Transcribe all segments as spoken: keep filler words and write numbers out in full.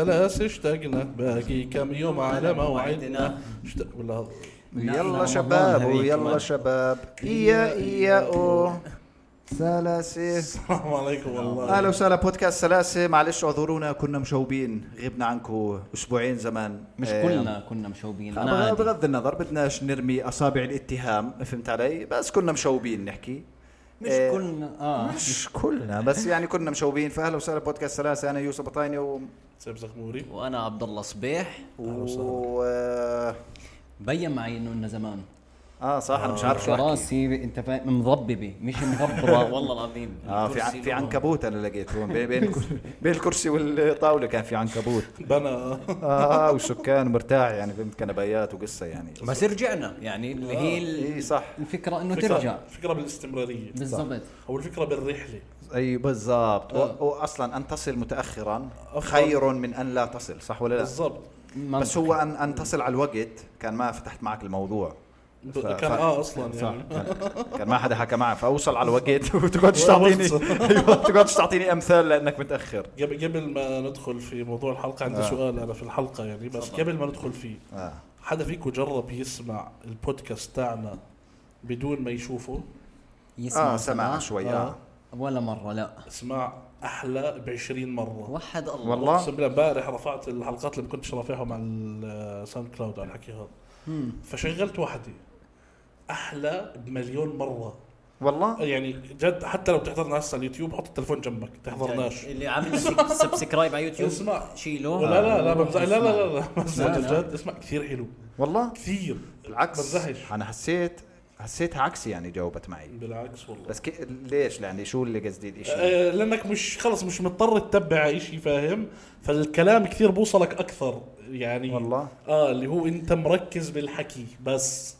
سلاسة اشتقنا باقي كم يوم على موعدنا اشتق ولا يلا شباب ويلا شباب إيا إيا أو سلاسة. السلام عليكم والله. أهلا وسهلا بودكاست سلاسة. معلش اعذرونا كنا مشوبين، غبنا عنكم أسبوعين زمان. مش اه كلنا كنا مشوبين. أنا بغض النظر بدناش نرمي أصابع الاتهام، فهمت علي؟ بس كنا مشوبين نحكي مش اه كلنا آه. مش كلنا بس يعني كنا مشوبين. فأهلا وسهلا بودكاست سلاسة. أنا يوسف بطايني و سيف زغموري وانا عبد الله صبيح. و آه بين معي انه إنه زمان اه صح. انا مش عارف شو احكي. راسي انت فاهم مضببه مش مغبره والله العظيم. اه في ع- في عنكبوت انا لقيته بين بين بين الكرسي والطاوله كان في عنكبوت. بنا اه والسكان مرتاح يعني، فهمت، كنبايات وقصه يعني. بس رجعنا يعني اللي هي ال- اي صح. الفكره انه فكرة ترجع فكرة بالاستمرارية بالضبط. او الفكرة بالرحلة. اي بالضبط. آه. واصلا ان تصل متاخرا أفضل. خير من ان لا تصل، صح ولا لا؟ بالضبط. بس هو ان ان تصل على الوقت كان ما فتحت معك الموضوع. ف- كان ف- اه اصلا صح. يعني كان, كان ما حدا حكى معي، فاوصل على الوقت وتقعدش تعطيني ايوه تقعدش تعطيني امثال لانك متاخر. قبل قبل ما ندخل في موضوع الحلقة عندي آه. سؤال أنا في الحلقة يعني، بس قبل ما ندخل فيه آه. حدا فيكم جرب يسمع البودكاست تاعنا بدون ما يشوفه؟ يسمع اه سمع شوي. اه ولا مره لا اسمع أحلى بعشرين مرة وحد الله والله. أقسم بالله. امبارح رفعت الحلقات اللي ما كنتش رافعهم على الساوند كلاود على الحكي هذا، فشغلت واحدة أحلى بمليون مرة والله. يعني جد. حتى لو بتحضرنا هسه على اليوتيوب حط التلفون جنبك تحضرناش. اللي عامل سبسكرايب على يوتيوب اسمع. شيله. لا لا لا بمزح. لا لا لا لا بس لا، لا. جد اسمع كثير حلو والله كثير. بالعكس بمزحش. انا حسيت حسيتها عكسي يعني، جاوبت معي. بالعكس والله. بس كي... ليش يعني شو اللي قصدي الاشي؟ آه لانك مش خلص مش مضطر تتبع اشي، فاهم؟ فالكلام كثير بوصلك اكثر يعني. والله. اه اللي هو انت مركز بالحكي بس.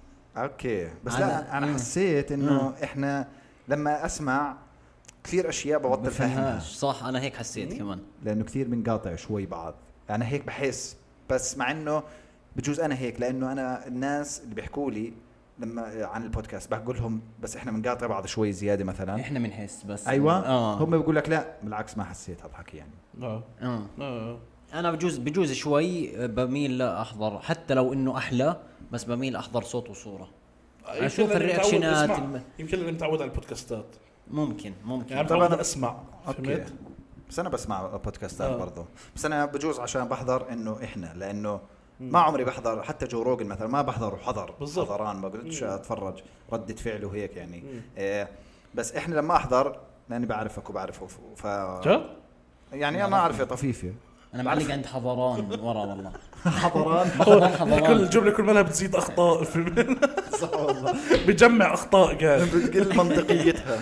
اوكي بس أنا- لا انا حسيت انه احنا لما اسمع كثير اشياء ببطل فهمها، بفهمهاش صح. انا هيك حسيت كمان لانه كثير بنقاطع شوي بعض. انا هيك بحس، بس مع انه بجوز انا هيك لانه انا الناس اللي بيحكوا لي لما عن البودكاست بقول لهم بس احنا بنقاطع بعض شوي زياده مثلا. احنا بنحس بس ايوه اه هم بيقول لك لا بالعكس ما حسيت هذا الحكي يعني. اه اه اه انا بجوز بجوز شوي بميل لا احضر حتى لو انه احلى، بس بميل احضر صوت وصوره. يمكن أشوف لأني متعود الرياكشنات أسمع. الم- يمكن اللي متعود على البودكاستات ممكن ممكن يعني طبعاً. متعود اسمع. اوكي فهمت؟ بس انا بسمع بودكاستات آه. برضه، بس انا بجوز عشان بحضر انه احنا لانه ما عمري بحضر حتى جو روجن مثلا ما بحضر وحضر بالضبط. حضران ما قلتش اتفرج ردة فعله هيك يعني. مم. إيه بس احنا لما احضر لاني بعرفك وبعرفه ف جد؟ يعني انا اعرف يا طفيفه انا معلق عند حضران ورا والله. حضران حضران حضران كل الجمله كل ما بتزيد اخطاء في صح والله بجمع اخطاء قال. بتقل منطقيتها.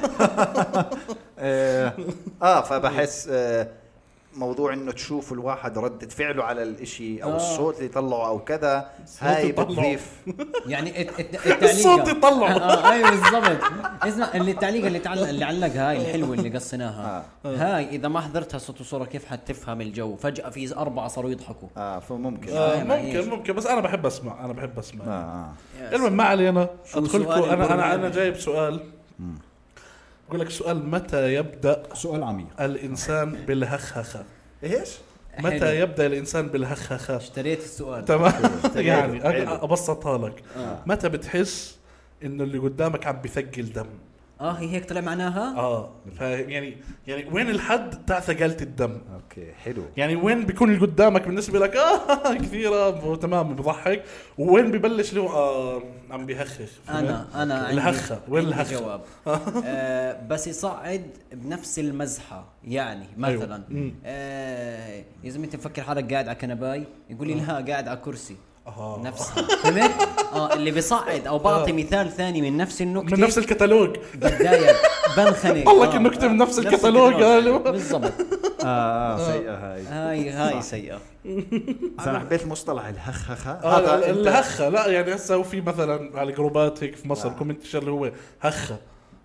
إيه، اه فبحس آه، موضوع انه تشوف الواحد ردة فعله على الاشي او آه. الصوت اللي يطلعه او كذا، هاي يطلعه. بتضيف. يعني الت- الت- التعليق الصوت يطلع. اه ايوه بالضبط. اسمع اللي التعليق اللي تعلق اللي علقها هاي الحلوه اللي قصيناها هاي اذا ما حضرتها صوت وصوره كيف حتفهم الجو؟ فجاه في اربعه صاروا يضحكوا. اه فممكن آه فاهم عليش. ممكن ممكن بس انا بحب اسمع. انا بحب آه. اسمع. آه. المهم ما علينا. شو ادخلكم. سؤال انا انا البرنامج؟ انا جايب سؤال. بقول لك سؤال: متى يبدا سؤال عميق. الانسان بالهخخه؟ ايش؟ متى حلو. يبدا الانسان بالهخخه؟ اشتريت السؤال. تمام. يعني حلو. أ- ابسطها لك. آه. متى بتحس انه اللي قدامك عم بثقل دم؟ اه هي هيك طلع معناها. اه فاهم يعني. يعني وين الحد تاع ثقلة الدم؟ اوكي حلو. يعني وين بيكون اللي قدامك بالنسبه لك اه كثيره تمام بضحك، وين ببلش له آه عم بيهخخ؟ انا انا عندي- الهخه وين عندي الهخه؟ جواب. آه بس يصعد بنفس المزحه يعني مثلا أيوة. آه يا زلمه انت مفكر حالك قاعد على كنباي يقول لي لا قاعد على كرسي آه. نفسها. فهمت؟ اه اللي بيصعد او بعطي مثال ثاني من نفس النكته من نفس الكتالوج. بتضايق بنخنق. والله آه. كنكتة من نفس نفس الكتالوج قالوا. بالضبط. اه اه سيئة هاي. هاي هاي سيئه. بس انا حبيت مصطلح الهخخة. آه هذا أنت- الهخه. لا يعني هسه هو في مثلا على جروبات هيك في مصر آه. كومنت اللي هو هخه،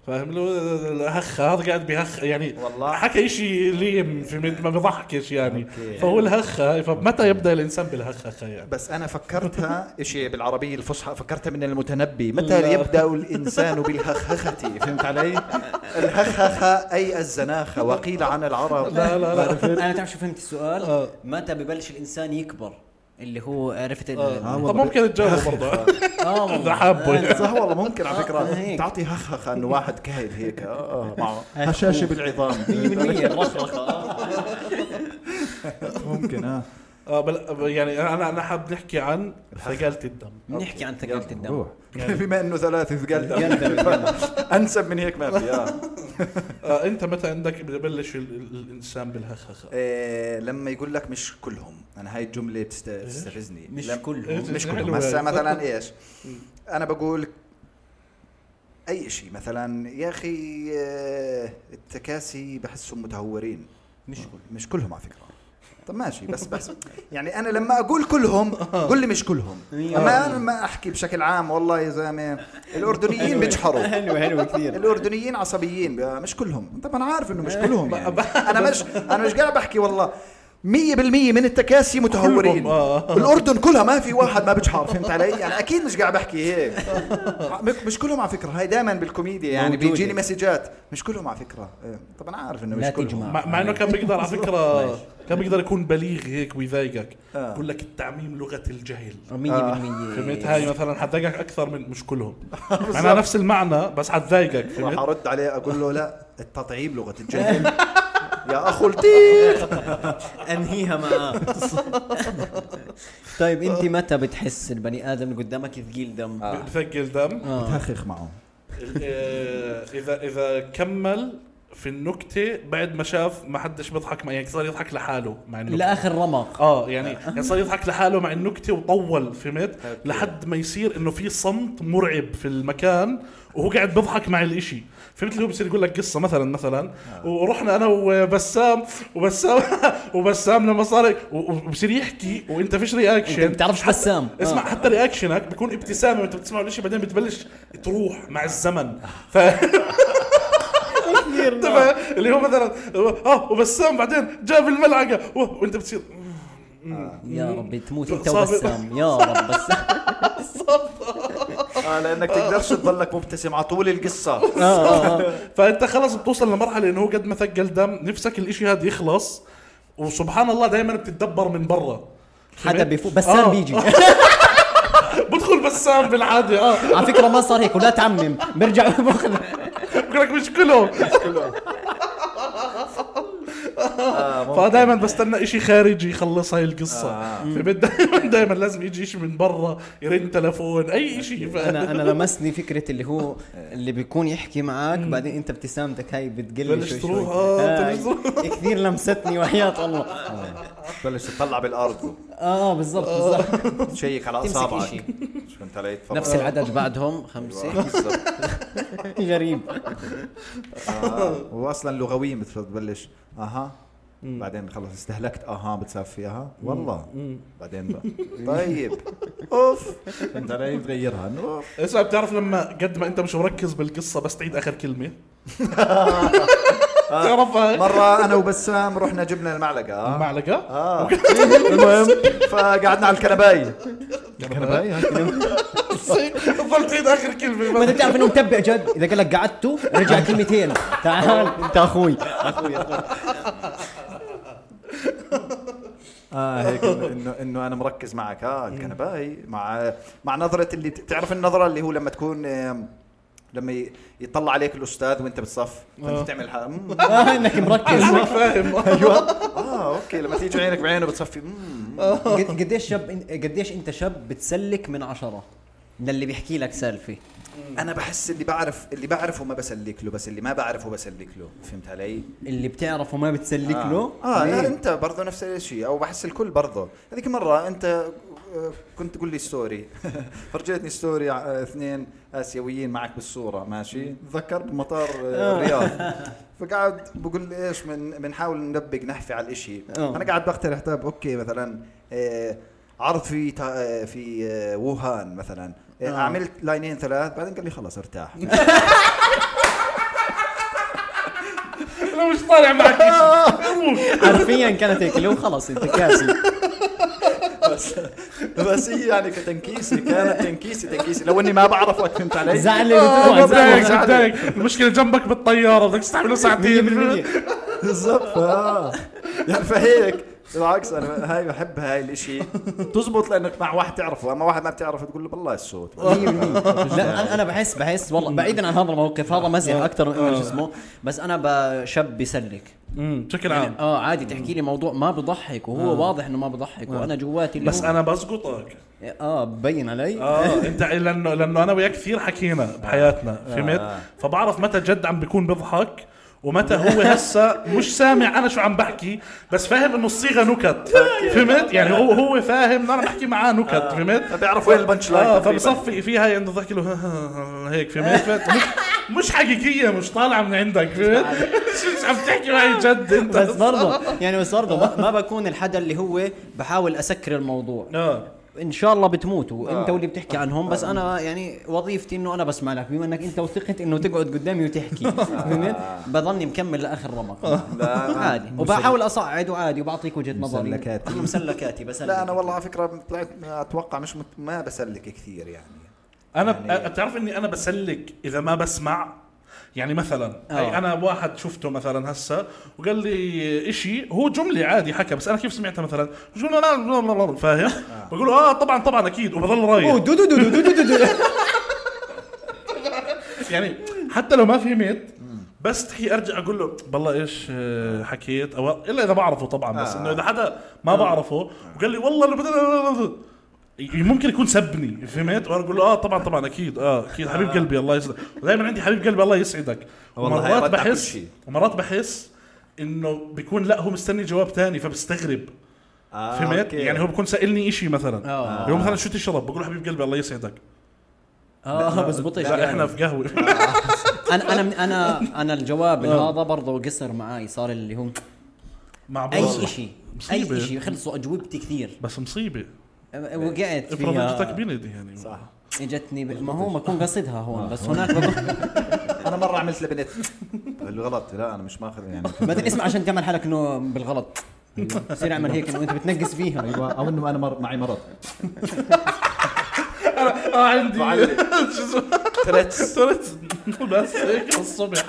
فاهم له هخ هذا قاعد بهخ يعني والله. حكى إشي ليم في ما بضحكش يعني أوكي. فهو الهخ هاي فمتى يبدأ الإنسان بالهخ يعني بس أنا فكرتها إشي بالعربية الفصحى فكرتها من المتنبي متى يبدأ الإنسان بالهخخة فهمت علي الهخخة أي الزناخة وقيل عن العرب لا لا لا انا تعرف شو فهمت السؤال آه. متى ببلش الانسان يكبر اللي هو عرفت ال- آه. طب ممكن تجاوب برضه اه إذا حابه صح والله ممكن على فكرة هيك. تعطي هخخة إنه واحد كهل هيك آه معه هشاشة بالعظام مية بالمية رخرخة ممكن آه آه بل يعني أنا أنا حاب نحكي عن ثقالة الدم بنحكي عن ثقالة الدم يعني بما إنه ثلاثة ثقال دم يندم. أنسب من هيك ما في آه. آه أنت متى عندك ببلش ال- ال- الإنسان بالهخخة إيه لما يقول لك مش كلهم انا هاي الجمله بتست- بتستفزني مش لم- كلهم مش حلوة كلهم هسه يعني. مثلا ايش انا بقول اي شيء مثلا يا اخي آه، التكاسي بحسهم متهورين مش كلهم مش كلهم على فكره طب ماشي بس بس يعني انا لما اقول كلهم قول لي مش كلهم اما انا لما احكي بشكل عام والله يا زلمه الاردنيين بيجحروا حلو حلو كثير الاردنيين عصبيين مش كلهم طب انا عارف انه مش كلهم يعني. انا مش انا مش قاعد بحكي والله مية بالمية من التكاسي متهورين كلهم، آه. الأردن كلها ما في واحد ما بيجحر فهمت علي يعني أكيد مش قاعد بحكي هيك مش كلهم على فكرة هاي دائما بالكوميديا يعني موجودة. بيجيني مسجات مش كلهم على فكرة إيه. طب أنا عارف إنه مش لا كلهم تجمع. مع, مع انه كان بيقدر على فكره كان بيقدر يكون بليغ هيك ويضايقك آه. يقول لك التعميم لغه الجهل مية بالمية فهمت هاي مثلا حتضايقك اكثر من مش كلهم معناها نفس المعنى بس حتضايقك راح فهمت أرد عليه أقول له لا التطعيم لغة الجهل يا أخو التيت انهيها معاه طيب انت متى بتحس البني ادم اللي قدامك ثقيل دم بثقل دم آه. تخخ معه آه، اذا اذا كمل في النكته بعد ما شاف ما حدش بيضحك معي يعني صار يضحك لحاله مع النكته لاخر رمق اه يعني يعني صار يضحك لحاله مع النكته وطول فهمت لحد ما يصير انه في صمت مرعب في المكان وهو قاعد بيضحك مع الاشي فهمت اللي هو بصير يقول لك قصه مثلا مثلا ورحنا انا وبسام وبسام وبسام لما صار وبصير يحكي وانت فيش انت رياكشن بتعرفش بسام اسمع حتى رياكشنك بيكون ابتسامه وانت بتسمع الاشي بعدين بتبلش تروح مع الزمن ف تمام اللي هو مثلا اه وبسام بعدين جاب الملعقه و- وانت بتصير يا ربي تموت انت صابر. وبسام يا رب بس آه لأنك تقدرش تضلك مبتسم على طول القصة فانت خلص بتوصل لمرحله انه هو قد ما ثقل دم نفسك الاشي هذا يخلص وسبحان الله دائما بتتدبر من برا حدا بيفوق بسام آه. بيجي بدخل بسام بالعاده اه على فكره ما صار هيك ولا تعمم برجع باخذ بقول لك مش كله فدائما بستنى اشي خارجي يخلص هاي القصه آه. فدائما دائما لازم يجي اشي من برا يرن تلفون اي اشي ف... انا انا لمسني فكره اللي هو اللي بيكون يحكي معك بعدين انت ابتسامتك هاي بتقل بلش شوي تروح، شوي آه، هاي بلش تروح. كثير لمستني وحياة الله بلش تطلع بالأرض اه بالضبط بالضبط تشيك على تمسك أصابعك إشي. فهمت علي تفضل. نفس العدد بعدهم خمسة بالضبط. غريب آه. واصلا لغويا بتبلش اها بعدين خلص استهلكت اها بتصفي اها والله بعدين بقى طيب اوف انت علي تغيرها اوف اسمع بتعرف لما قد ما انت مش مركز بالقصه بس تعيد اخر كلمه تعرفها مرة أنا وبسام رحنا جبنا المعلقة آه. معلقه آه. المهم فقعدنا على الكنباي الكنباي ضل تعيد اخر كلمه ما انت بتعرف انه متبع جد اذا قال لك قعدتوا رجع كلمتين تعال انت اخوي اخوي اه هيك انه انه انا مركز معك اه الكنباي مع مع نظرة اللي تعرف النظرة اللي هو لما تكون آم، لما ي- يطلع عليك الاستاذ وانت بتصف فانت تعمل ح- مم. اه انك مركز فاهم ايوه اه اوكي لما تيجي عينك بعينه بتصفي مم. قد- قديش شاب قديش انت شاب بتسلك من عشرة للي بيحكي لك سالفه انا بحس اللي بعرف اللي بعرفه ما بسلك له بس اللي ما بعرفه بسلك له فهمت علي اللي بتعرفه ما بتسلك آه. له اه لا ليه؟ انت برضه نفس الشيء او بحس الكل برضه هذيك مره انت آه، كنت تقول لي ستوري فرجيتني ستوري آه، اثنين اسيويين معك بالصوره ماشي تذكر بمطار آه، الرياض فقعد بقول لي ايش من بنحاول ننبق نحفي على الاشي آه. انا قاعد بقترح طيب اوكي مثلا آه، عرض في تا- آه، في آه، ووهان مثلا آه، آه. عملت لاينين ثلاث بعدين قال لي خلاص ارتاح مش طالع معك حرفيا كانت هيك لو خلص انت كاسي. بس بس هي يعني كتنكيسي كانت تنكيسي تنكيسي لو اني ما بعرفك فهمت علي. زعل آه بدايك بدايك المشكله جنبك بالطياره بدك تستعمله ساعتين بالضبط. اه يعني فهيك بالعكس انا هاي بحب هاي الاشي تزبط لانك مع واحد تعرفه، اما واحد ما بتعرفه تقول له بالله الصوت. لا انا انا بحس بحس والله بعيدا عن هذا الموقف هذا مزح اكثر من شو اسمه، بس انا بشب بسلك امم بشكل عام. اه عادي تحكي لي موضوع ما بضحك وهو آه. واضح انه ما بضحك آه. وانا جواتي بس انا بسقطك اه ببين علي اه انت لانه لانه انا وياك كثير حكينا بحياتنا فهمت آه. فبعرف متى جد عم بيكون بيضحك ومتى هو هسه مش سامع انا شو عم بحكي بس فاهم انه الصيغه نكت فهمت يعني هو هو فاهم انا بحكي معاه نكت آه. فهمت فبيعرف وين البنش لاين اه فبصفي فيها عنده ضحك له هيك فهمت مش, مش حقيقيه مش طالعه من عندك فهمت مش عم تحكي معي جد انت بس برضه يعني بس برضه ما, ما بكون الحدا اللي هو بحاول اسكر الموضوع اه ان شاء الله بتموتوا آه. انت واللي بتحكي عنهم بس انا يعني وظيفتي انه انا بسمع لك بما انك انت وثقت انه تقعد قدامي وتحكي فهمت بضلني مكمل لاخر رمق عادي وبحاول اصعد وعادي وبعطيك وجهه نظري مسلكاتي مسلكاتي بسلك. لا انا والله على فكره طلعت اتوقع مش مت... ما بسلك كثير يعني انا يعني بتعرف اني انا بسلك اذا ما بسمع يعني مثلا أي انا واحد شفته مثلا هسه وقال لي اشي هو جمله عادي حكى بس انا كيف سمعتها مثلا فاهم بقول اه طبعا طبعا اكيد وبضل رايح يعني حتى لو ما فهمت بس تحكي ارجع اقول له بالله ايش حكيت او الا اذا بعرفه طبعا بس انه اذا حدا ما بعرفه وقال لي والله ممكن يكون سبني فهمت وانا اقول له اه طبعا طبعا اكيد اه اكيد حبيب قلبي الله يسعدك دائما عندي حبيب قلبي الله يسعدك ومرات بحس ومرات بحس انه بيكون لا هو مستني جواب تاني فبستغرب آه فهمت أوكي. يعني هو بيكون سائلني إشي مثلا آه. يوم مثلا شو تشرب بقول له حبيب قلبي الله يسعدك اه بزبطش لا احنا في قهوه انا انا انا انا الجواب هذا برضه قصر معي صار اللي هو مع اي شيء اي شيء خلصوا اجوبتي كثير بس مصيبه وقعت فيها افرض اجتك بندي يعني صح اجتني ب... ما هو ما كون قصدها هون بس هناك بقول انا مره عملت لبنت بالغلط لا انا مش ماخذ يعني بدي اسمع عشان تعمل حالك انه بالغلط تصير اعمل هيك انه انت بتنقص فيها ايوه او انه انا مر... معي مرض انا اه عندي تريتس تريتس بس هيك الصبح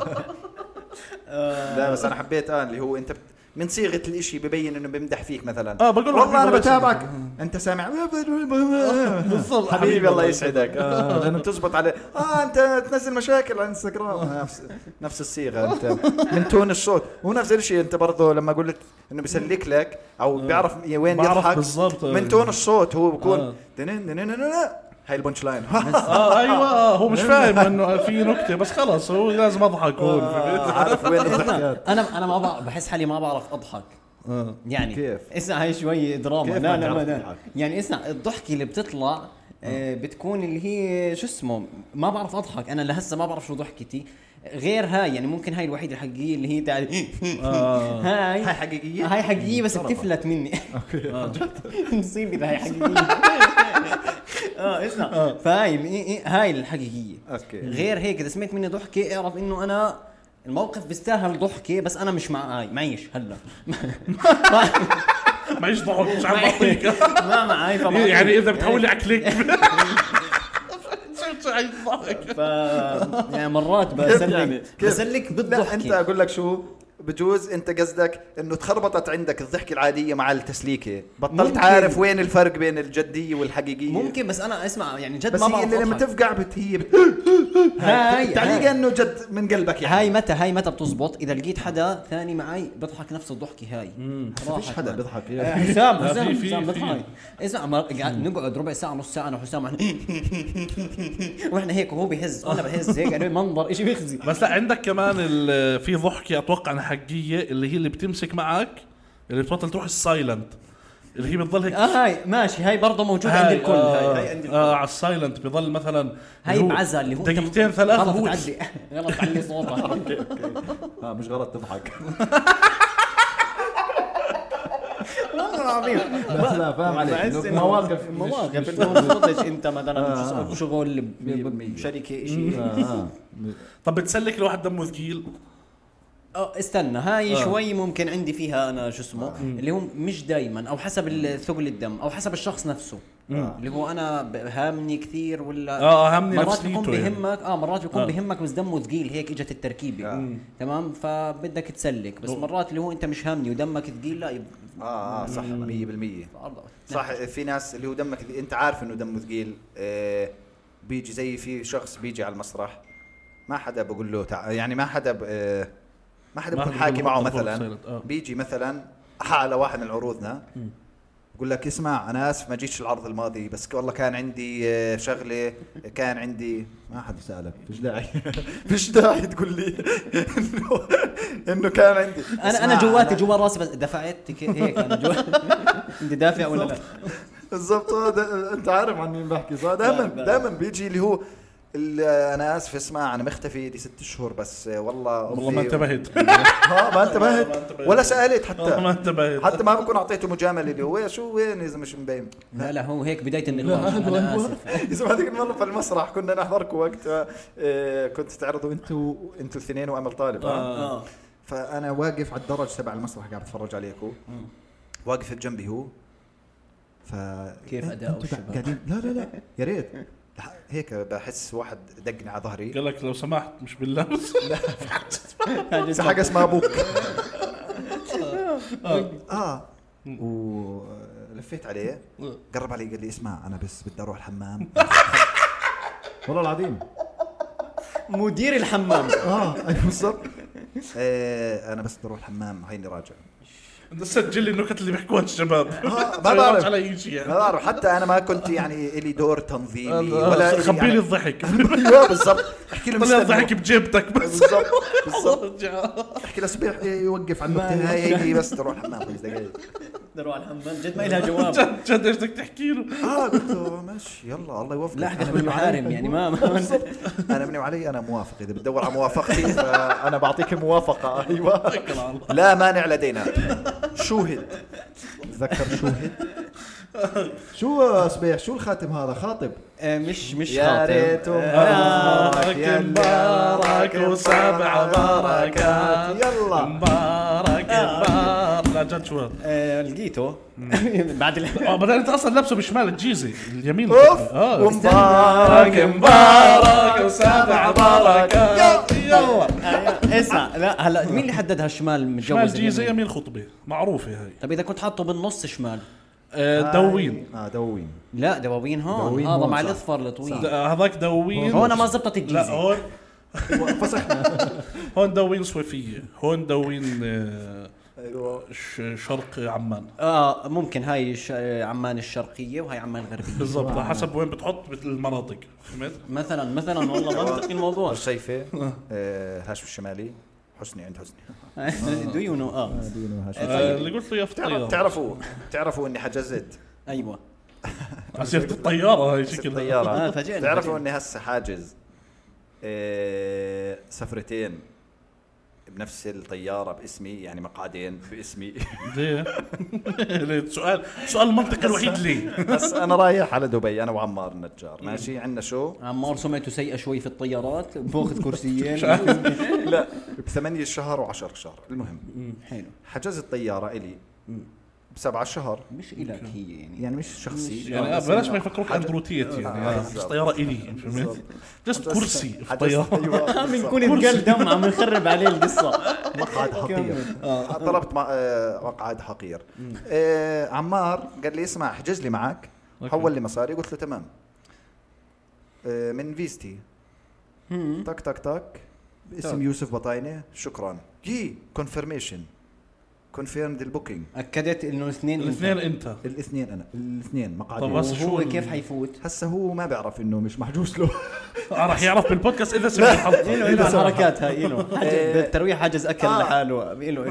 لا بس انا حبيت اه اللي هو انت من صيغه الاشي ببين انه بمدح فيك مثلا اه بقول والله انا بتابعك انت سامع بالضبط حبيبي الله يسعدك آه لانه بتزبط عليه اه انت تنزل مشاكل على انستغرام نفس نفس الصيغه انت من تون الصوت هو نفس الشيء انت برضه لما قلت انه بيسلك لك او بيعرف وين يضحك من تون الصوت هو بيكون هاي البنش لاين اه ايوه هو مش فاهم انه في نكته بس خلص هو لازم اضحك هون عارف وين الضحكات. انا انا ما بحس حالي ما بعرف اضحك آه. يعني كيف اسمع هاي شوي دراما لا لا لا يعني اسمع الضحكه اللي بتطلع آه بتكون اللي هي شو اسمه ما بعرف اضحك انا لهسه ما بعرف شو ضحكتي غير هاي يعني ممكن هاي الوحيده الحقيقيه اللي هي تعال آه. هاي هاي حقيقيه هاي حقيقيه بس بتفلت مني مصيبه هاي حقيقيه اه اسمع آه. فاهم هاي الحقيقيه أوكي. غير هيك اذا سمعت مني ضحكه اعرف انه انا الموقف بيستاهل ضحكه بس انا مش مع هاي معيش هلا معيش ضحك مش عم بعطيك ما معي يعني اذا بتحول لي على كليك ف يعني مرات بسلك بسلك بالضحكه انت اقول لك شو بجوز انت قصدك انه تخربطت عندك الضحكه العاديه مع التسليكه بطلت عارف وين الفرق بين الجديه والحقيقيه ممكن بس انا اسمع يعني جد بس ما بعرف بس لما تفقع بت هي بت... هاي تعليق انه جد من قلبك يعني هاي متى هاي متى بتزبط اذا لقيت حدا ثاني معي بضحك نفس الضحكه هاي ما فيش حدا بيضحك حسام حسام حسام بضحك اسمع نقعد ربع ساعه نص ساعه انا وحسام واحنا هيك وهو بهز وانا بهز هيك يعني منظر شيء بيخزي بس لا عندك كمان في ضحكه اتوقع انها حقيقيه اللي هي اللي بتمسك معك اللي بتبطل تروح السايلنت اللي هي بتضل هيك اه هاي ماشي هاي برضه موجوده عند الكل آه هاي عند الكل اه على السايلنت بيضل مثلا هاي بعزة اللي هو دقيقتين ثلاثه هو تعدي غلط علي صوتك اوكي اوكي اه مش غلط تضحك والله العظيم لا لا فاهم عليك مواقف مواقف انه انت مثلا شغل بشركه شيء طب بتسلك لواحد دمه ثقيل اه استنى هاي آه. شوي ممكن عندي فيها انا شو اسمه آه. اللي هو مش دايما او حسب ثقل الدم او حسب الشخص نفسه آه. اللي هو انا هامني كثير ولا اه هامني مرات بيكون يعني. بهمك اه مرات بيكون آه. بهمك بس دمه ثقيل هيك اجت التركيبه آه. تمام فبدك تسلك بس مرات اللي هو انت مش هامني ودمك ثقيل لا يب... اه اه صح مية بالمية صح. في ناس اللي هو دمك انت عارف انه دمه ثقيل آه بيجي زي في شخص بيجي على المسرح ما حدا بقول له تع... يعني ما حدا ب... آه ما حدا بكون حاكي معه مثلا آه. بيجي مثلا على واحد من عروضنا بقول لك اسمع انا اسف ما جيتش العرض الماضي بس والله كان عندي شغله كان عندي ما حد سالك فيش داعي فيش داعي تقول لي انه انه كان عندي انا انا جواتي جوا راسي بس دفعت هيك انا جوا عندي دافع ولا لا بالضبط انت عارف عن مين بحكي صح دائما دائما بيجي اللي هو انا اسف اسمع انا مختفي لي ست شهور بس والله والله ما انتبهت ها ما انتبهت ولا سالت حتى ما انتبهت حتى ما بكون اعطيته مجامله اللي هو شو وين اذا مش مبين لا لا هو هيك بدايه النقاش انا اسف اذا هذيك المره في المسرح كنا نحضركم وقت كنت تعرضوا انتوا انتوا الاثنين وامل طالب اه فانا واقف على الدرج تبع المسرح قاعد اتفرج عليكم واقف جنبي هو ف كيف اداؤه الشباب قاعدين لا لا لا يا ريت هيك بحس واحد دقني على ظهري قال لك لو سمحت مش بالله في حاجه اسمها ابوك اه ولفيت عليه قرب علي قال لي اسمع انا بس بدي اروح الحمام والله العظيم مدير الحمام اه بالضبط آه انا بس بدي اروح الحمام هيني راجع انت سجل لي النكت اللي بيحكوها الشباب ما بعرف على اي شيء يعني ما بعرف حتى انا ما كنت يعني لي دور تنظيمي ولا خبي لي الضحك ايوه بالضبط احكي له طلع الضحك بجيبتك بس بالضبط بالضبط احكي له صبيح يوقف عن النكته هاي هي بس تروح الحمام خمس دقائق تروح الحمام جد ما لها جواب جد جد ايش بدك تحكي له اه قلت له ماشي يلا الله يوفقك لا احكي بالمحارم يعني ما انا مني وعلي انا موافق اذا بتدور على موافقتي فانا بعطيك موافقه ايوه لا مانع لدينا شوهد تذكر شوهد شو صبيح شو الخاتم هذا خاطب مش مش يا ريت مبارك مبارك وسبع بركات يلا مبارك مبارك لا جد شو هذا لقيته بعد اه بدل انت اصلا لابسه بشمال الجيزه اليمين اه مبارك مبارك وسبع بركات يلا اسمع لا هلا مين اللي حدد هالشمال متجوز شمال الجيزه يمين خطبه معروفه هاي طب اذا كنت حاطه بالنص شمال دوين اه دوين لا دواوين هون هذا مع الاصفر الطويل هذاك دوين هون ما زبطت الجيزه لا هون هون دوين صوفيه هون دوين ايوه شرق عمان اه ممكن هاي عمان الشرقيه وهي عمان الغربيه بالضبط حسب وين بتحط المناطق فهمت مثلا مثلا والله منطقي الموضوع الصيفي هاشم الشمالي حسني عند حسني ديونه اه اللي قلت له يا فتره تعرفوا تعرفوا اني حجزت ايوه عسيرة الطياره هاي شكلها الطياره تعرفوا اني هسه حاجز سفرتين بنفس الطياره باسمي يعني مقعدين باسمي ليه ليه سؤال سؤال المنطقي الوحيد ليه بس انا رايح على دبي انا وعمار النجار ماشي عندنا شو عمار سمعته سيئه شوي في الطيارات باخذ كرسيين لا بثمانية شهر وعشر شهر المهم حلو حجزت طياره الي بسبعة شهر مش إلك هي يعني يعني مش شخصي يعني بلاش ما يفكروك اندروتيت يعني بس طيارة إلي فهمت جست كرسي في طيارة عم نكون اتقل دم عم نخرب عليه القصة مقعد حقير طلبت مقعد حقير عمار قال لي اسمع احجز لي معك حول لي مصاري قلت له تمام من فيستي تك تك تك باسم يوسف بطاينة شكرا جي كونفيرميشن كونفيرمد البوكينج اكدت انه الاثنين الاثنين انت الاثنين انا الاثنين مقعدين طب بس هو كيف حيفوت هسه هو ما بيعرف انه مش محجوز له راح يعرف بالبودكاست اذا سمع الحلقه له له الحركات هاي له بالترويح حاجز اكل لحاله له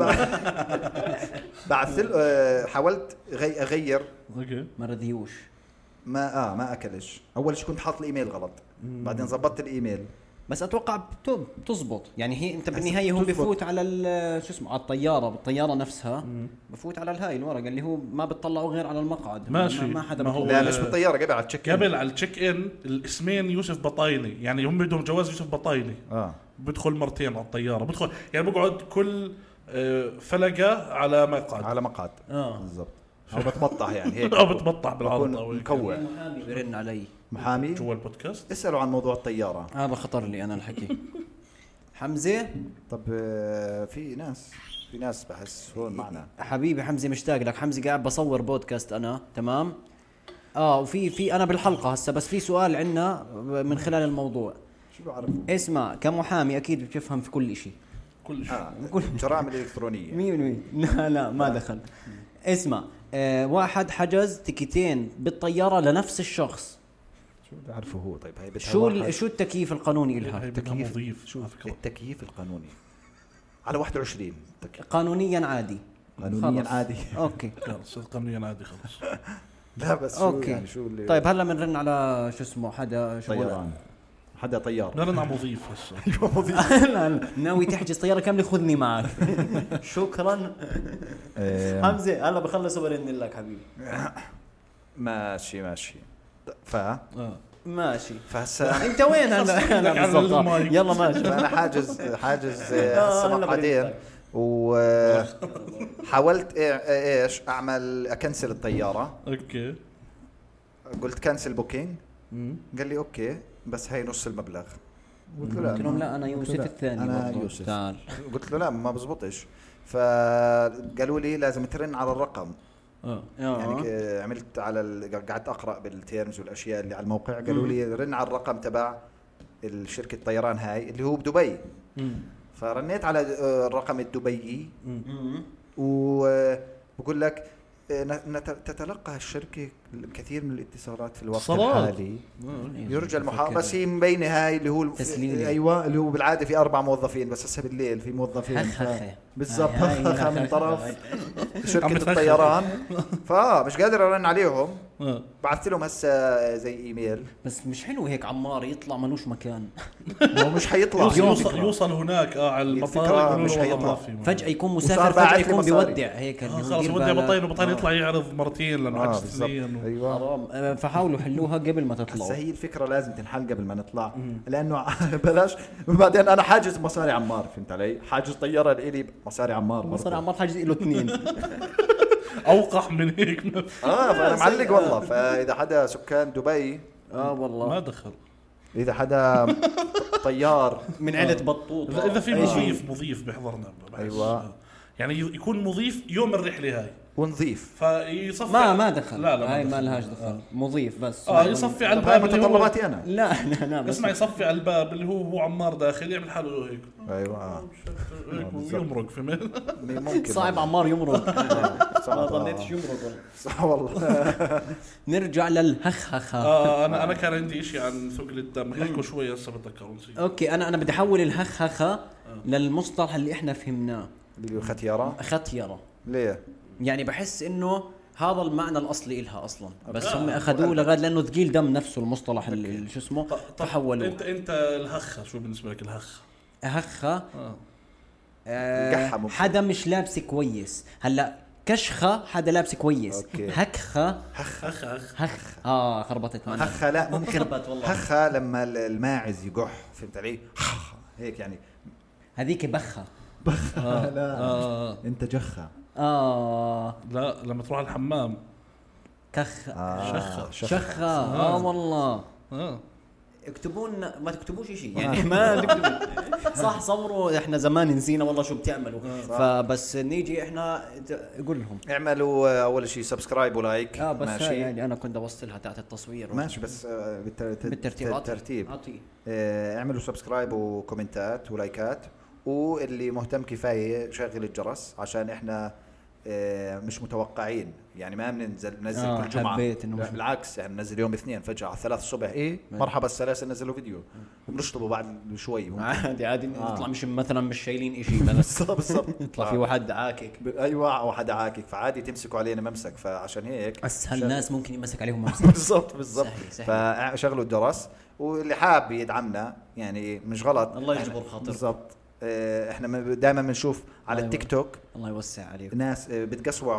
بعث حاولت اغير اوكي ما رضيوش ما اه ما اكلش اول شيء كنت حاط الايميل غلط بعدين ظبطت الايميل بس اتوقع بتزبط يعني هي انت بالنهايه هو بفوت على شو اسمه على الطياره بالطياره نفسها بفوت على الهاي الورقه اللي هو ما بتطلعوا غير على المقعد ماشي ما حدا ما هو لا مش بالطياره قبل على التشيك قبل على التشيك ان الاسمين يوسف بطايني يعني هم بدهم جواز يوسف بطايني اه بدخل مرتين على الطياره، بدخل يعني بقعد كل فلقه على مقعد على مقعد اه بالضبط، او بتبطح يعني هيك او بتبطح بالعرض او مكوع. محامي بيرن علي، محامي جوا البودكاست اسألوا عن موضوع الطيارة. هذا خطر لي انا الحكي. حمزة طب آه، في ناس في ناس بحس هون معنا. حبيبي حمزة مشتاق لك. حمزة قاعد بصور بودكاست انا تمام. اه وفي في انا بالحلقة هسه، بس في سؤال عنا من خلال الموضوع. شو بعرفوا؟ اسمع كمحامي اكيد بتفهم في كل اشي، كل شيء آه. جرائم الإلكترونية مية بالمية. لا لا ما دخل. اسمع آه واحد حجز تيكتين بالطيارة لنفس الشخص، شو بدي أعرفه هو؟ طيب هاي بدها شو واحد- ال- شو التكييف القانوني إلها؟ هي بدها تكييف مضيف شو على فكرة. التكييف القانوني على واحد وعشرين تكييف قانونيا عادي. قانونيا خلص. عادي. اوكي خلص قانونيا عادي خلص. لا بس شو اوكي يعني شو اللي طيب هلا بنرن على شو اسمه حدا شو بقول- طيران حدا طيار بدنا نعمل مضيف هسه. ايوه مضيف. لا لا ناوي تحجز طياره كامله خذني معك. شكرا آه، حمزه هلا بخلص وبرن لك حبيبي. ماشي ماشي ف آه. ماشي فهسا انت وين هلا؟ لك هلا على بالضبط. المايك. يلا ماشي. فانا حاجز حاجز آه، هسه هلا مقعدين برن لك. وحاولت ايش اعمل اكنسل الطياره. اوكي قلت كنسل بوكينج، مم. قال لي اوكي بس هي نص المبلغ. قلت له قلت لهم لا انا يوسف لا، الثاني أنا برضو. يوسف. تعال قلت له لا ما بزبطش. فقالوا لي لازم ترن على الرقم. اه يعني اه ك- عملت على ال... قعدت اقرا بالتيرمز والاشياء اللي على الموقع. قالوا لي رن على الرقم تبع الشركه الطيران هاي اللي هو بدبي. مم. فرنيت على آه، الرقم الدبي مم. وبقول لك آه، نت- تتلقى الشركه الكثير من الاتصالات في الوقت اتصالات. الحالي. آه. يرجى المحا بس هي مبينه هاي اللي هو الف- تسليمي. ايوه اللي هو بالعاده في اربع موظفين بس هسه بالليل في موظفين. ف- خخخة. بالضبط هاي- هاي خخخة من خخخة. طرف عم شركه بتخخخ. الطيران. فمش قادر ارن عليهم. آه. بعثت لهم هسه زي ايميل. بس مش حلو هيك عمار يطلع ملوش مكان هو مش حيطلع. يوصل, هي يوصل, الفكرة. يوصل هناك اه على الفكرة المطار يقولوا مش له والله حيطلع. ما في. فجأة يكون وصار مسافر باعت فجأة لي يكون مصاري. بيودع هيك آه اللي خلاص يدير ودي باله. بطين وبطين آه. يطلع يعرض مرتين لانه آه عكس بالضبط. اثنين ايوه حرام آه، فحاولوا حلوها قبل ما هسه تطلعوا. هي الفكره لازم تنحل قبل ما نطلع لانه بلاش. وبعدين انا حاجز مصاري عمار فهمت علي. حاجز طياره لإلي مصاري عمار برضه. صار عمار حاجز له اثنين. اوقح من هيك. اه فانا معلق والله. فاذا حدا سكان دبي اه ما والله دخل. اذا حدا طيار من عيلة بطوط. اذا إذا في أي شيء. مضيف مضيف بيحضرنا بحس. أيوة. يعني يكون مضيف يوم الرحله هاي ونظيف. فيصفي ما ما دخل. لا لا هاي ما ما دخل. لهاش دخل. مضيف بس. اه يصفي على طب هاي الباب اللي هو متطلباتي انا. لا لا لا بس اسمع يصفي على الباب اللي هو هو عمار داخل يعمل حاله هيك ايوه آه. هيك بالضبط. ويمرق فهمت. ممكن صعب والله. عمار يمرق. ما صعب. ظنيتش يمرق والله. صح والله. نرجع للهخخة. اه انا انا كان عندي اشي عن ثقل الدم احكوا شوي هسه بتذكروا نسيت. اوكي انا انا بدي احول الهخخة للمصطلح اللي احنا فهمناه اللي هو ختياره. ختيرة. ليه؟ يعني بحس انه هذا المعنى الاصلي إلها اصلا بس آه. هم اخذوه لغايه لانه ثقيل دم نفسه المصطلح اللي شو اسمه طب فحولوه. انت انت الهخه شو بالنسبه لك الهخ؟ هخة اه آه القحة ممكن. حدا مش لابس كويس. هلا كشخة حدا لابس كويس. أوكي. هكخة هخ هخ هخ اه خربطت معنا. هخة لا ممكن. خربت والله. هخة لما الماعز يقح فهمت علي. هيك يعني. هذيك بخة. لا اه انت جخة. اه لا لما تروح على الحمام كخ آه. شخة. شخة اه والله. اه اكتبوا لنا ما تكتبوش شيء يعني ما تكتبوا. صح صوروا احنا زمان نسينا والله شو بتعملوا. فبس نيجي احنا قول لهم اعملوا آه، اول شيء سبسكرايب ولايك. اه بس ماشي يعني انا كنت اوصلها تاعت التصوير ماشي بس آه، بالتر- بالترتيب أعطي. بالترتيب. اعطي آه، اعملوا سبسكرايب وكومنتات ولايكات. واللي مهتم كفايه شغل الجرس عشان احنا آه، مش متوقعين يعني ما بننزل ننزل آه، كل جمعه. حبيت إنه لا، مش- بالعكس يعني ننزل يوم اثنين فجاه على ثلاث الصبح ايه مرحبا السلاسه نزلوا فيديو وبنشطبوا بعد شوي ممكن. عادي عادي آه. نطلع مش مثلا مش شايلين شيء بس بالضبط بالضبط. يطلع في واحد عاكك. ب- ايوه واحد عاكك فعادي تمسكوا علينا ممسك فعشان هيك اسهل شغل- ناس ممكن يمسك عليهم ممسك. بالضبط بالضبط. سهل، سهل. فشغلوا الجرس واللي حاب يدعمنا يعني مش غلط. الله إحنا- يجبر خاطر. بالضبط. آه، احنا دائما بنشوف على الله التيك توك الله يوسع عليك. ناس آه، بتقسوعوا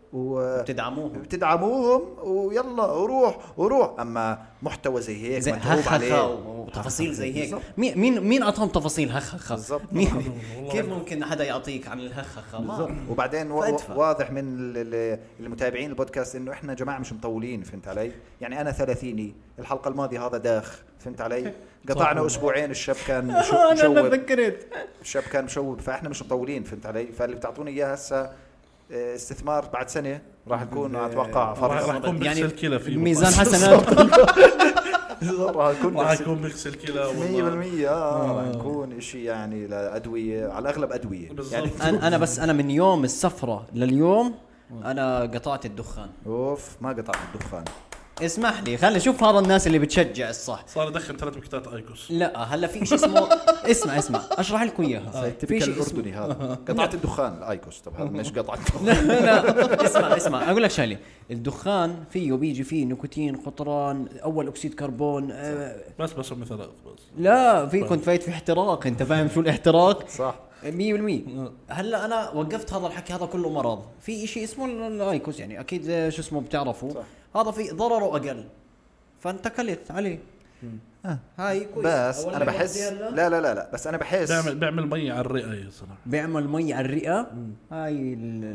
وبتدعموهم بتدعموهم ويلا وروح وروح. اما محتوى زي هيك زي متعوب عليه وتفاصيل زي هيك مين مين مين اعطاهم تفاصيل هخخ مين كيف ممكن حدا يعطيك عن الهخخ ما وبعدين واضح من المتابعين البودكاست انه احنا جماعه مش مطولين فهمت علي. يعني انا ثلاثيني الحلقه الماضيه هذا داخ فهمت علي. قطعنا اسبوعين الشاب كان مشوب انا فكرت الشاب كان مشوب فاحنا مش مطولين فهمت علي. فاللي بتعطوني اياه هسه استثمار بعد سنه راح يكون اتوقع فرص راح يكون بيغسل كلى في ميزان حسنات راح يكون راح يكون بيغسل كلى مية بالمية اه راح يكون شيء يعني لادويه على الاغلب ادويه يعني. انا بس انا من يوم السفره لليوم انا قطعت الدخان. اوف ما قطعت الدخان. اسمح لي خلي شوف هذا الناس اللي بتشجع الصح. صار يدخن ثلاث بكتات ايكوس. لا هلا في شيء اسمه اسمع اسمع اشرح لكم اياها. في شيء اردني هذا قطعت الدخان الايكوس. طب هذا مش قطعت لا لا اسمع اسمع اقول لك شغله. الدخان فيه بيجي فيه نيكوتين قطران اول اكسيد كربون آه بس بس مثلا بس لا في كنت فايت في احتراق. انت فاهم شو الاحتراق صح مية بالمية. هلا انا وقفت هذا الحكي هذا كله مرض. في شيء اسمه الايكوس يعني اكيد شو اسمه بتعرفوا صح. هذا في ضرره اقل فانت كلت عليه آه. هاي كويس. بس انا بحس لا لا لا لا بس انا بحس بيعمل بيعمل مي على الرئه يا صراحه. بيعمل مي على الرئه. هاي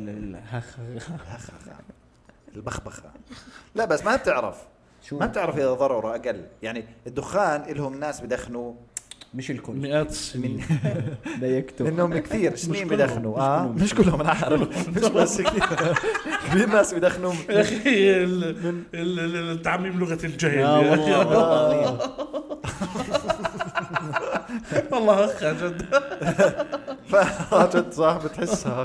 البخبخه. لا بس ما بتعرف شو ما بتعرف اذا ضرره اقل. يعني الدخان لهم ناس بدخنوا مش الكل مئات السنين ده يكتب انهم كثير سنين بدخنوا اه مش كلهم انا عارف مش بس كثير في ناس بدخنوا يا اخي التعميم لغه الجهل يا والله والله اخ جد فجد صح بتحسها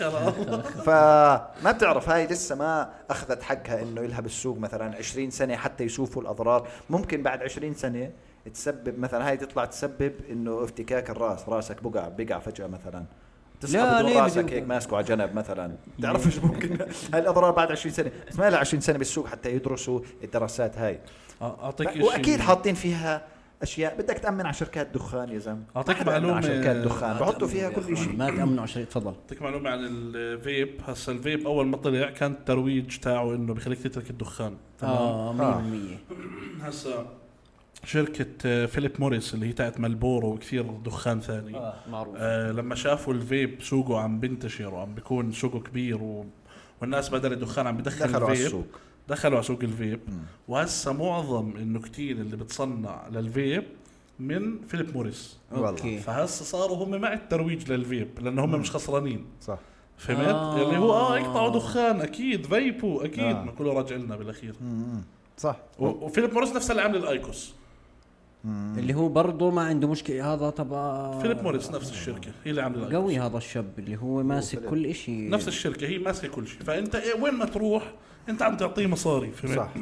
فما بتعرف هاي لسه ما اخذت حقها انه لها بالسوق مثلا عشرين سنه حتى يشوفوا الاضرار. ممكن بعد عشرين سنه تسبب مثلا هاي تطلع تسبب انه افتكاك الراس راسك بقع بقع فجأة مثلا تصحى بدون راسك هيك ماسكه على جنب مثلا. تعرف ايش ممكن هاي الاضرار بعد عشرين سنه. بس ما لها عشرين سنه بالسوق حتى يدرسوا الدراسات هاي. اعطيك شيء واكيد حاطين فيها اشياء بدك تامن على شركات دخان يا زلمه. اعطيك معلومه على شركات دخان بحطوا فيها كل شيء ما تامنوا على شركه. تفضل اعطيك معلومه عن الفيب. هسه الفيب اول ما طلع كان الترويج تاعه انه بخليك تترك الدخان تمام اه مية بالمية. هسه شركة فيليب موريس اللي هي تاعت مالبورو وكثير دخان ثاني آه معروف. آه لما شافوا الفيب سوقه عم بنتشر وعم بيكون سوقه كبير و... والناس بدل الدخان عم بدخل دخلوا الفيب على السوق. دخلوا على سوق الفيب. وهسه معظم النكتين اللي بتصنع للفيب من فيليب موريس. أوكي. فهسه صاروا هم مع الترويج للفيب لأنه هم مش خسرانين صح فهمت آه. اللي هو اه يقطعوا دخان اكيد فيبو اكيد آه. ما كله راجع لنا بالاخير. مم. صح وفيليب موريس نفس اللي عامل الايكوس مم. اللي هو برضه ما عنده مشكله. هذا تبع فيليب موريس نفس الشركه هي اللي عامله الايكوس. قوي هذا الشاب اللي هو ماسك كل إشي. نفس الشركه هي ماسكه كل شيء. فانت إيه وين ما تروح انت عم تعطيه مصاري فهمت صح.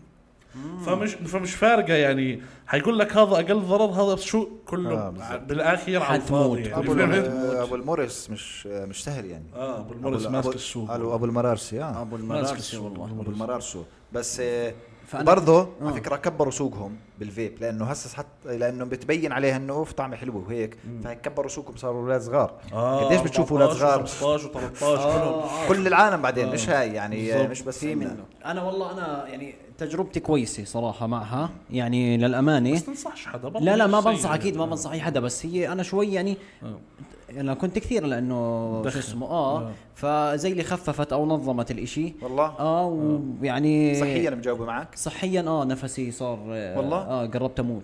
فمش فمش فارقه يعني حيقول لك هذا اقل ضرر هذا شو كله آه بالاخير على الفاضي يعني. ابو, أبو الموريس مش مش سهل يعني. اه ابو الموريس ماسك السوق. قالوا ابو المرارسي اه ابو المرارسي والله ابو المرارسي بس برضه آه. على فكره كبروا سوقهم بالفيب لانه هسه حتى لانه بتبين عليها انه اوف طعمه حلو وهيك فكبروا سوقهم صاروا اولاد صغار. آه قديش بتشوفوا اولاد صغار خمسطعش وثلاثطعش آه كل كل العالم بعدين آه. مش هاي يعني مش بس في منه. انا والله انا يعني تجربتي كويسه صراحه معها يعني للامانه. بس تنصحش حدا لا لا ما بنصح اكيد ما بنصح اي حدا. بس هي انا شوي يعني آه. انا كنت كثير لانه شو اسمه اه, آه. فزي اللي خففت او نظمت الاشي والله اه ويعني صحيا مجاوبه معك صحيا اه نفسي صار آه والله اه قربت اموت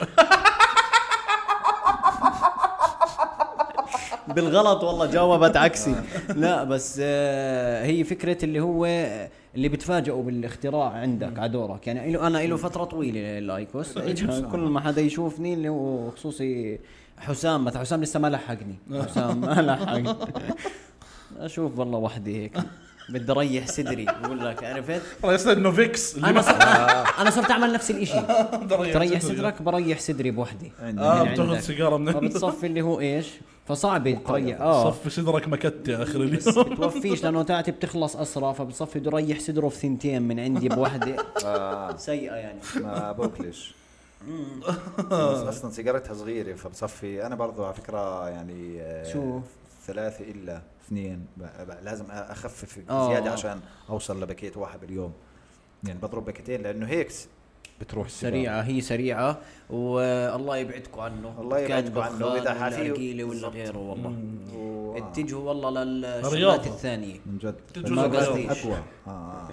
بالغلط والله جاوبت عكسي. لا بس آه هي فكرة اللي هو اللي بتفاجئوا بالاختراع عندك عدورك يعني. انا له فترة طويلة الايكوس كل ما حدا يشوفني اللي هو خصوصي حسام مثلا حسام لسه ما لحقني. حسام ما لحقني اشوف والله وحدي هيك بدي اريح صدري بقول لك عرفت رئيس انه فيكس انا صرت انا صرت اعمل نفس الاشي. تريح صدرك بريح صدري بوحدي. اه بتاخذ سيجاره من بتصفي اللي هو ايش فصعب تريح اه صفي صدرك مكتي اخر اليوم بتوفيش لانه تاعتي بتخلص اسرع فبتصفي بده يريح صدره في ثنتين من عندي بوحده آه. سيئه يعني ما بوكلش اصلا سيجارتها صغيره فبصفي. انا برضو على فكره يعني شو ثلاثة إلا اثنين لازم أخفف آه. زيادة عشان أوصل لباكيت واحد باليوم يعني بضرب باكيتين لأنه هيك بتروح سريعة هي سريعة والله يبعدكم عنه الله يبعدكم عنه وإذا حافيه ولا غيره والله و... اتجهوا والله للشغلات الثانية من جد ما قصديش أقوى آه.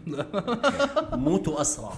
موتوا أسرع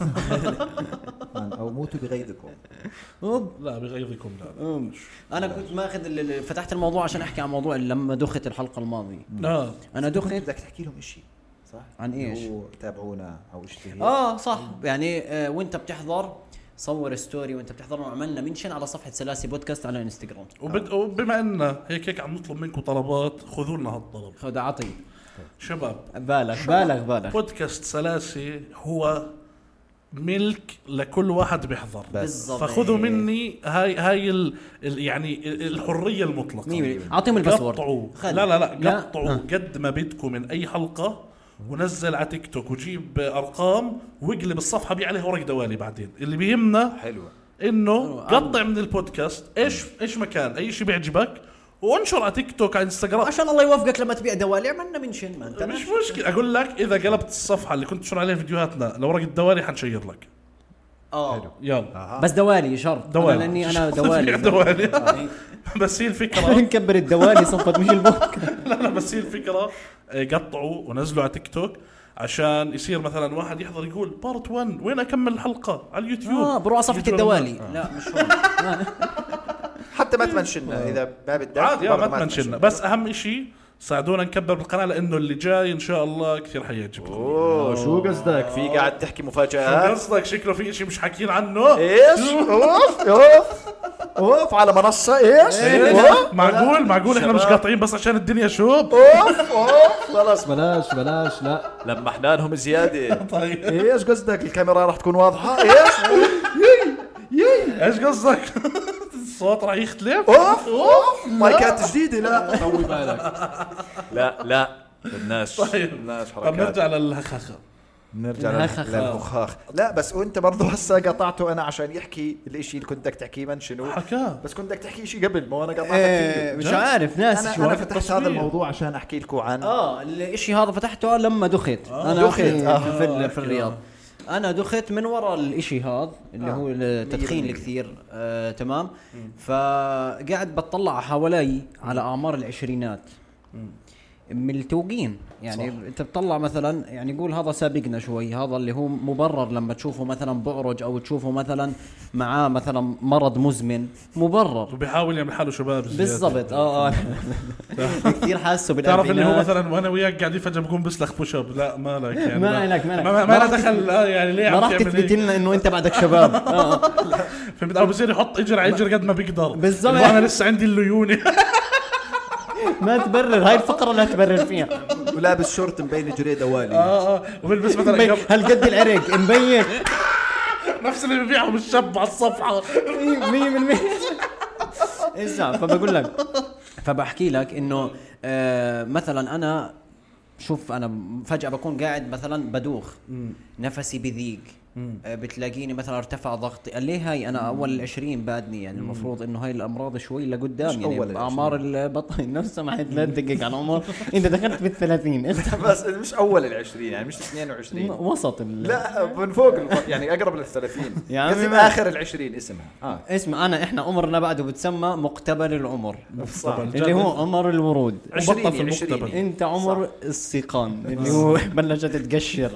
أو موتوا بغيظكم لا بغيظكم لا أنا كنت ماخذ فتحت الموضوع عشان أحكي عن موضوع لما دخت الحلقة الماضية آه. أنا دخت بدك تحكي لهم إشي صح عن إيش تابعونا أو إشي آه صح يعني آه وأنت بتحضر صور ستوري وانت بتحضرنا وعملنا منشن على صفحة سلاسي بودكاست على انستغرام وبد... وبما ان هيك هيك عم نطلب منكم طلبات خذوا لنا هالطلب خذ عطي شباب بالغ بالغ بالغ بودكاست سلاسي هو ملك لكل واحد بيحضر بالضبط فخذوا مني هاي هاي ال... ال... يعني الحرية المطلقة اعطيهم الباسورد قطعوا لا لا لا قطعوا قد ما بدكم من اي حلقة ونزل على تيك توك وجيب ارقام واقلب الصفحه بي عليها ورق دوالي بعدين اللي بيهمنا حلوه انه قطع من البودكاست ايش ايش مكان اي شيء بيعجبك وانشر على تيك توك على انستغرام عشان الله يوفقك لما تبيع دوالي عملنا منشن ما انت مش مشكله اقول لك اذا قلبت الصفحه اللي كنت تنشر عليها فيديوهاتنا لورق الدوالي حنشير لك اه يلا بس دوالي شرط دوالي أنا لاني انا دوالي دوالي بس هي الفكره نكبر الدوالي صفت مش البودكاست لا لا بس هي الفكره قطعوا ونزلوا على تيك توك عشان يصير مثلا واحد يحضر يقول بارت واحد وين اكمل الحلقه على اليوتيوب اه بروح على صفحه الدوالي آه. لا مش هون حتى ما تمنشنا اذا ما بدك عادي ما تمنشنا بس اهم شيء ساعدونا نكبر بالقناه لانه اللي جاي ان شاء الله كثير حيعجبكم. اوه شو قصدك في قاعد تحكي مفاجآت؟ شو قصدك شكله في شيء مش حاكيين عنه؟ ايش اوف اوف اوف على منصه ايش؟ إيه؟ معقول معقول احنا مش قاطعين بس عشان الدنيا شوب؟ اوف اوف خلاص بلاش بلاش لا لمحنا لهم زياده. طيب ايش قصدك الكاميرا راح تكون واضحه ايش؟ ايش قصدك؟ الصوت راح يختلف؟ اوف اوف مايكات جديده لا طوي بالك لا لا بدناش طيب بدناش طب حركات. نرجع للهخخه نرجع للهخاخ. لا بس وانت برضه هسه قطعته انا عشان يحكي الاشي اللي كنت بدك تحكيه منشنه حكاه بس كنت بدك تحكي شيء قبل ما انا قطعتك إيه فيه. مش عارف ناس انا, شو أنا وقت فتحت التصوير. هذا الموضوع عشان احكي لكم عن اه الاشي هذا فتحته لما دخت آه انا دخت. في, آه. في, في, في الرياض انا دخت من وراء الاشي هذا اللي آه. هو التدخين الكثير آه تمام فقاعد بطلع حوالي على اعمار العشرينات ملتوقين يعني صح. انت بتطلع مثلا يعني يقول هذا سابقنا شوي هذا اللي هو مبرر لما تشوفه مثلا بعرج او تشوفه مثلا معاه مثلا مرض مزمن مبرر وبيحاول يعمل حاله شباب بالضبط اه اه كثير حاسه بالاربعينات تعرف اللي هو مثلا وانا وياك قاعدين فجاه بقوم بسلخ بوشب لا مالك يعني ما لك ما لك ما, ما, ما دخل آه يعني ليه ما عم راح تعمل تثبت هيك لنا انه انت بعدك شباب اه فهمت او بصير يحط اجر على اجر قد ما بيقدر بالضبط. وانا لسه عندي الليوني ما تبرر هاي الفقره لا تبرر فيها ولابس شورت مبين جري دوالي اه اه وبلبس مثلا هالقد العرق مبين نفس اللي بيبيعهم الشاب على الصفحه مية بالمية اسمع فبقول لك فبحكي لك انه آه مثلا انا شوف انا فجاه بكون قاعد مثلا بدوخ نفسي بضيق آه بتلاقيني مثلا ارتفع ضغطي قال ليه هاي انا اول العشرين بادني يعني المفروض انه هاي الامراض شوي لقدام يعني اعمار البطن نفس سمعت لا تدقق على عمر انت دخلت بالثلاثين بس مش اول العشرين يعني مش اثنين وعشرين وسط لا من فوق يعني اقرب للثلاثين يعني يعني اخر العشرين اسمها اه اسمع انا احنا عمرنا بعده بتسمى مقتبل العمر صح. اللي هو عمر الورود وبطل في المقتبل انت عمر صح. السيقان اللي هو بلشت تقشر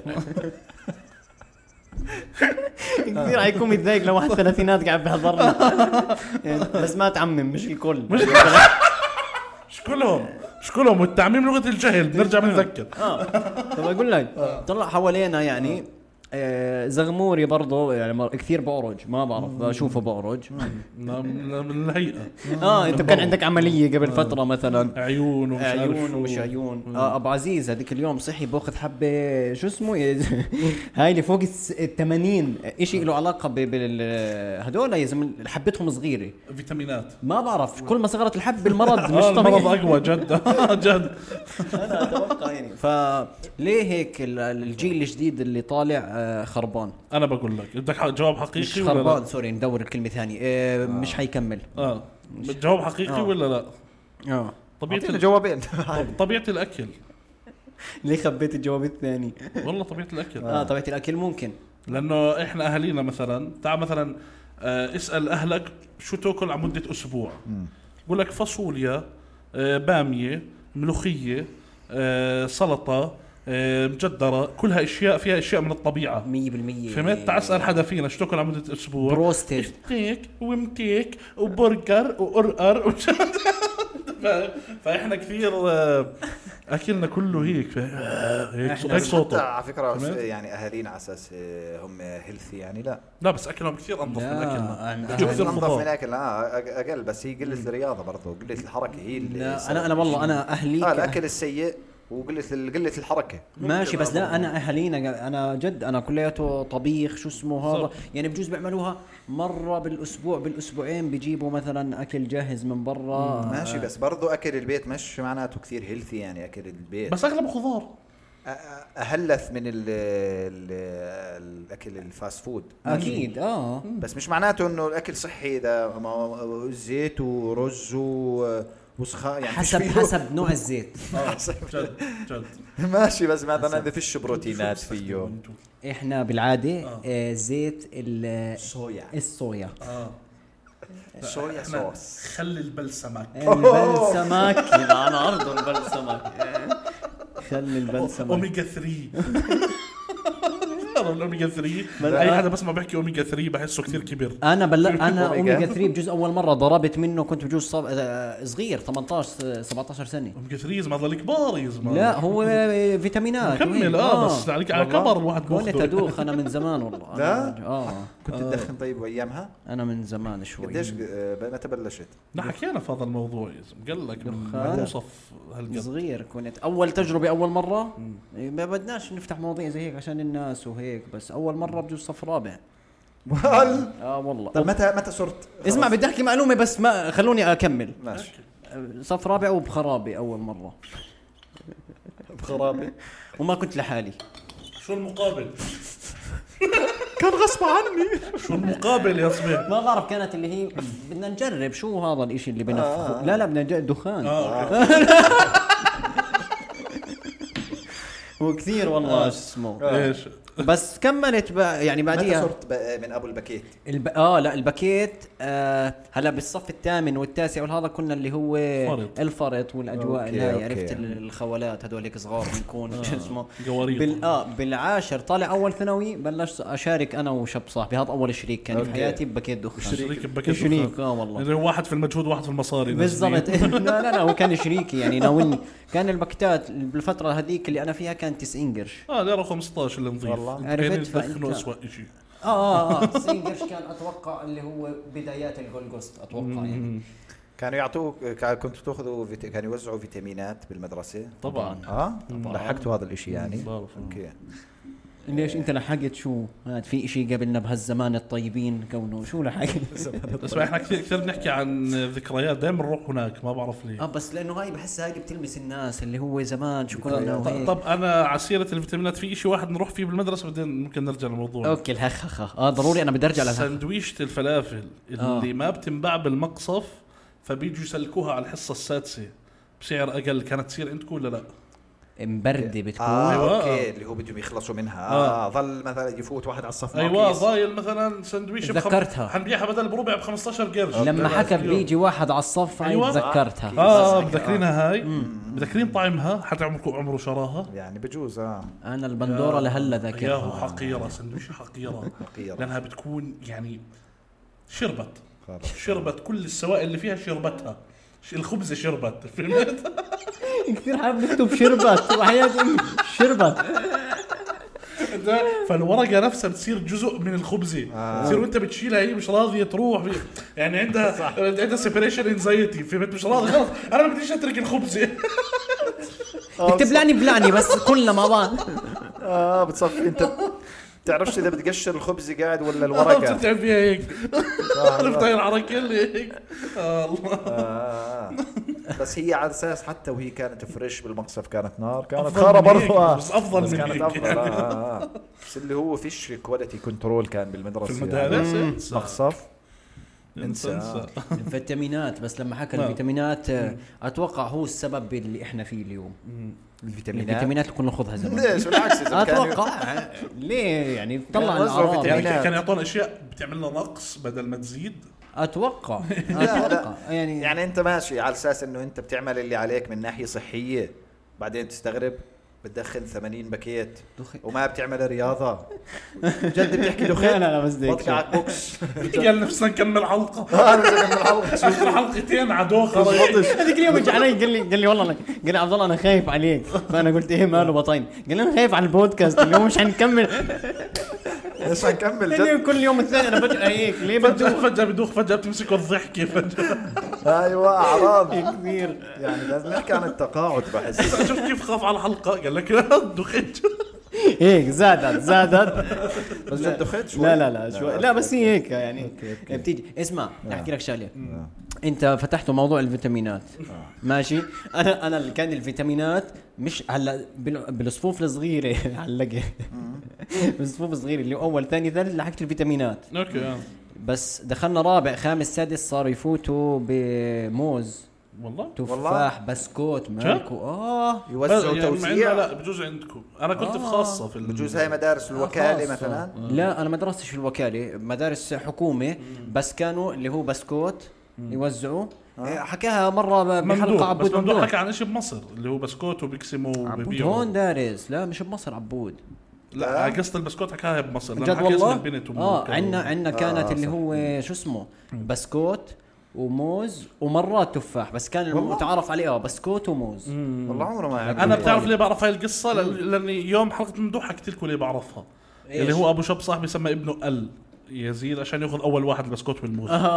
كثير حيكون متضايق لو واحد ثلاثينات قاعد بيحضرنا بس ما تعمم مش الكل مش مش كلهم مش كلهم والتعميم لغة الجهل بنرجع بنذكر اه طب اقول لك طلع حوالينا يعني آه زغموري برضه يعني كثير بعرج ما بعرف بشوفه بعرج من الهيئة اه انت كان عندك عملية قبل فترة مثلا عيون ومش عيون ومش عيون آه ابو عزيز هذيك اليوم صحي باخذ حبة شو اسمه هاي اللي فوق الثمانين اشي له علاقة بهدول يا زلمة حبتهم صغيرة فيتامينات ما بعرف كل ما صغرت الحب المرض مش طبيعي المرض اقوى جد جد انا اتوقع يعني فليه هيك الجيل الجديد اللي طالع خربان انا بقول لك بدك جواب حقيقي مش ولا خربان لا؟ سوري ندور الكلمه ثانيه إيه آه. مش حيكمل اه جواب حقيقي آه. ولا لا اه طبيعة اعطينا ال- جوابين. طبيعة الأكل. ليه خبيت الجواب الثاني؟ والله طبيعة الأكل. اه طبيعة الاكل ممكن. لأنه إحنا أهالينا مثلا تعال مثلا آه اسأل أهلك شو تأكل على مدة أسبوع. بقول لك فاصوليا، آه بامية، ملوخية، آه سلطة، آه مجدرة، كلها أشياء فيها أشياء من الطبيعة. مية بالمية. فهمت؟ تعال اسأل حدا فينا شو تاكل على مدة أسبوع. بروستد. ستيك ومتيك وبرجر وقرقر وش- ف- فإحنا كثير آه، أكلنا كله هيك ف- هيك إحنا هيك حتى صوته. على فكره فهمت؟ يعني اهالينا على اساس آه، هم هيلثي يعني لا لا بس أكلهم كثير أنظف من لا، أكلنا. أنا- بيجوا كثير انظف من نظاف. اكل اه أق- اقل بس هي قله الرياضه برضه قله الحركه هي اللي لا انا انا والله انا اهلي آه الاكل السيء وقله ال- قله الحركه. ماشي بس لا انا اهالينا انا جد انا كلياته طبيخ شو اسمه هذا صح. يعني بجوز بيعملوها مره بالاسبوع بالاسبوعين بيجيبوا مثلا اكل جاهز من برا. ماشي بس برضو اكل البيت مش معناته كثير هيلثي يعني اكل البيت بس أغلب خضار. أ- أ- اهلث من ال ال الاكل الفاست فود اكيد اه بس مش معناته انه الاكل صحي ده ما هو زيت ورز و- وسخاء يعني حسب فيش فيه- حسب نوع الزيت. جد جد. ماشي بس مثلا اذا فيش بروتينات فيه احنا بالعاده آه. زيت ال- صويا الصويا آه. صويا إحنا صوص خلي البلسمك. البلسمك. انا ارض البلسمك. خلي البلسمك. اوميجا ثلاثة. الاوميجا ثلاثة اي حدا بسمع بحكي اوميجا ثلاثة بحسه كثير كبير. انا بل... انا أوميجا. اوميجا ثلاثة بجوز اول مره ضربت منه كنت بجوز صب... آه، صغير ثمانية عشر سبعة عشر سنه. اوميجا ثلاثة ما ضل كبار يا زلمه. لا هو فيتامينات كمل اه بس عليك على والله. كبر الواحد كنت بياخده. ادوخ انا من زمان والله. أنا- لا؟ اه كنت تدخن طيب ايامها انا من زمان شوي. قديش آه، متى بلشت لا حكينا في هذا الموضوع يا زلمه قال لك من دخان. منتصف هالقد. صغير كنت اول تجربه اول مره ما بدناش نفتح مواضيع زي هيك عشان الناس وهيك بس اول مره بجوز صف رابع. وال اه والله. طب متى متى صرت اسمع خلاص. بدي احكي معلومه بس ما خلوني اكمل. ماشي صف رابع وبخرابي اول مره بخرابي وما كنت لحالي. شو المقابل؟ كان غصب عني شو المقابل يا صبي؟ ما بعرف كانت اللي هي بدنا نجرب شو هذا الاشي اللي بنفخه. آه. لا لا بدنا نجرب دخان. اه هو كثير والله شو اسمه. ايش؟ بس كملت بقى يعني متى بعديها صرت ب- من ابو الباكيت الب... اه لا الباكيت آه هلا بالصف الثامن والتاسع والهذا كنا اللي هو فرط. الفرط والاجواء أوكي، اللي هاي أوكي. عرفت الخولات هذول هيك صغار بنكون شو اسمه قواريط. بال اه بالعاشر طالع اول ثانوي بلشت اشارك انا وشاب صاحبي هذا اول شريك كان أوكي. في حياتي بباكيت دخان. شريك بباكيت شريك دخان. اه والله يعني واحد في المجهود واحد في المصاري. بالضبط. لا لا لا هو كان شريكي يعني ناولني. كان الباكتات بالفتره هذيك اللي انا فيها كان تسعين قرش. اه ليرة خمسطعش اللي نظيف. والله. عرفت عرفت فإنه فأنت- أسوأ شيء. اه اه اه تسعين قرش كان اتوقع اللي هو بدايات الجولجوست اتوقع يعني. كانوا يعطوك كا- كنتوا تاخذوا فيت... كانوا يوزعوا فيتامينات بالمدرسه طبعا. اه لحقتوا هذا الاشي يعني بعرف. اوكي ليش انت لحقت شو هاد في اشي قبلنا بهالزمان الطيبين كونه شو لحقت. بس احنا كثير كثير بنحكي عن ذكريات دائما نروح هناك ما بعرف ليه. اه بس لانه هاي بحس هاي اللي بتلمس الناس اللي هو زمان شو كنا طب, وهيك. طب انا على سيرة الفيتامينات في شيء واحد نروح فيه بالمدرسة بعدين ممكن نرجع للموضوع. اوكي الهخخه اه ضروري انا بدي ارجع لها. سندويشة الفلافل اللي آه. ما بتنباع بالمقصف فبيجوا يسلكوها على الحصة السادسة بسعر اقل. كانت تصير عندكم ولا لا؟ مبردة بتكون. اه أيوة. اوكي اللي هو بدهم يخلصوا منها آه. اه ظل مثلا يفوت واحد على الصف ايوه معه كيس. ضايل مثلا سندويشة تذكرتها. حنبيعها بدل بربع ب خمسطعش قرش. لما حكى بيجي واحد على الصف هاي أيوة. تذكرتها. اه بس- مذكرينها هاي مذكرين طعمها حتى عمركم عمره شراها. يعني بجوز اه انا البندوره لهلا ياهو ذاكرها. حقيرة سندويشة حقيرة حقيرة. لأنها بتكون يعني شربت خلاص. شربت كل السوائل اللي فيها شربتها. ش- الخبزة شربت فهمت؟ كثير حابب نكتب شربت وحياة امي شربت. فالورقة نفسها بتصير جزء من الخبزة. تصير وانت بتشيلها هي مش راضية تروح في- يعني عندها عندها سيبريشن انزايتي فهمت مش راضي خلص انا ما بديش اترك الخبزة. اكتب لعني بلعني بس كلنا مع بعض. اه بتصفي انت تعرفش اذا بتقشر الخبز قاعد ولا والله الورقه بتتعب فيها هيك. عرفت هاي الحركة اللي هيك. آه الله. آه. بس هي على اساس حتى وهي كانت فريش بالمقصف كانت نار كانت أفضل خاره من هيك، برضو آه. بس أفضل بس من كانت هيك. افضل آه. آه. آه. بس اللي هو فيش كواليتي كنترول كان بالمدرسه في المدارس يعني. صح. مقصف انسى الفيتامينات. بس لما حكى الفيتامينات اتوقع هو السبب اللي احنا فيه اليوم. الفيتامينات الفيتامينات اللي كنا ناخذها زمان. ليش بالعكس اتوقع ليه يعني طلع الأعراض. يعني كان يعطونا اشياء بتعمل لنا نقص بدل ما تزيد. اتوقع لا اتوقع لا. يعني يعني انت ماشي على اساس انه انت بتعمل اللي عليك من ناحيه صحيه، بعدين تستغرب بتدخن ثمانين باكيت وما بتعمل رياضه. جد بتحكي له خير. لا لا بس ديك بطلعك بوكس. قال نفسنا نكمل حلقه. انا بدي اكمل حلقه شوف حلقتين عدوخه. هذيك اليوم اجى علي قال لي قال لي والله أنا قال لي عبد الله انا خايف عليك. فانا قلت ايه ماله بطين؟ قال لي انا خايف على البودكاست اليوم مش حنكمل. ايش هنكمل اليوم جد. كل يوم الثاني انا فجاه هيك ليه فجأة بدو فجأة بدوخ فجأة بتمسكه الضحكة فجأة. ايوه اعراض كثير. يعني لازم نحكي عن التقاعد بحس. شوف كيف خاف على الحلقة قال لك لا دخيت. هيك زادت زادت بس جد دخيت شوي. لا لا لا شوي لا بس هي هيك يعني بتيجي. اسمع احكي لك شغله. انت فتحتوا موضوع الفيتامينات ماشي. انا انا اللي كان الفيتامينات مش هلا بال- بالصفوف الصغيره علقه بالصفوف الصغيره اللي اول ثاني ثالث لحقت الفيتامينات. اوكي بس دخلنا رابع خامس سادس صار يفوتوا بموز والله تفاح بسكوت مالكو اه يوزعوا يعني مع إنه توزيع. لا بجوز عندكم. انا كنت في خاصة في ال- بجوز هاي مدارس الوكاله خاصة. مثلا. لا انا ما درستش في الوكاله مدارس حكومه بس كانوا اللي هو بسكوت يوزعوا. حكاها مره بحلقه ممدوح. بس عبود ممدوح ممدوح حكى عن شيء بمصر اللي هو بسكوت وبيقسموا عبود وبيبيعوا. هون دارس. لا مش بمصر عبود. لا قصة البسكوت حكاها بمصر. لما جد حكى اسم والله البنت وم- اه كانوا- عندنا عندنا كانت آه، اللي صح. هو شو اسمه بسكوت وموز ومرات تفاح بس كان والله؟ المتعارف عليه اه بسكوت وموز. والله عمره ما انا عرفت. بتعرف ليه بعرف هاي القصة لأ- لاني يوم حلقة ممدوح حكيت لكم ليه بعرفها. اللي هو ابو شاب صاحبي سمى ابنه ال يزيد عشان ياخذ اول واحد البسكوت والموز. اه,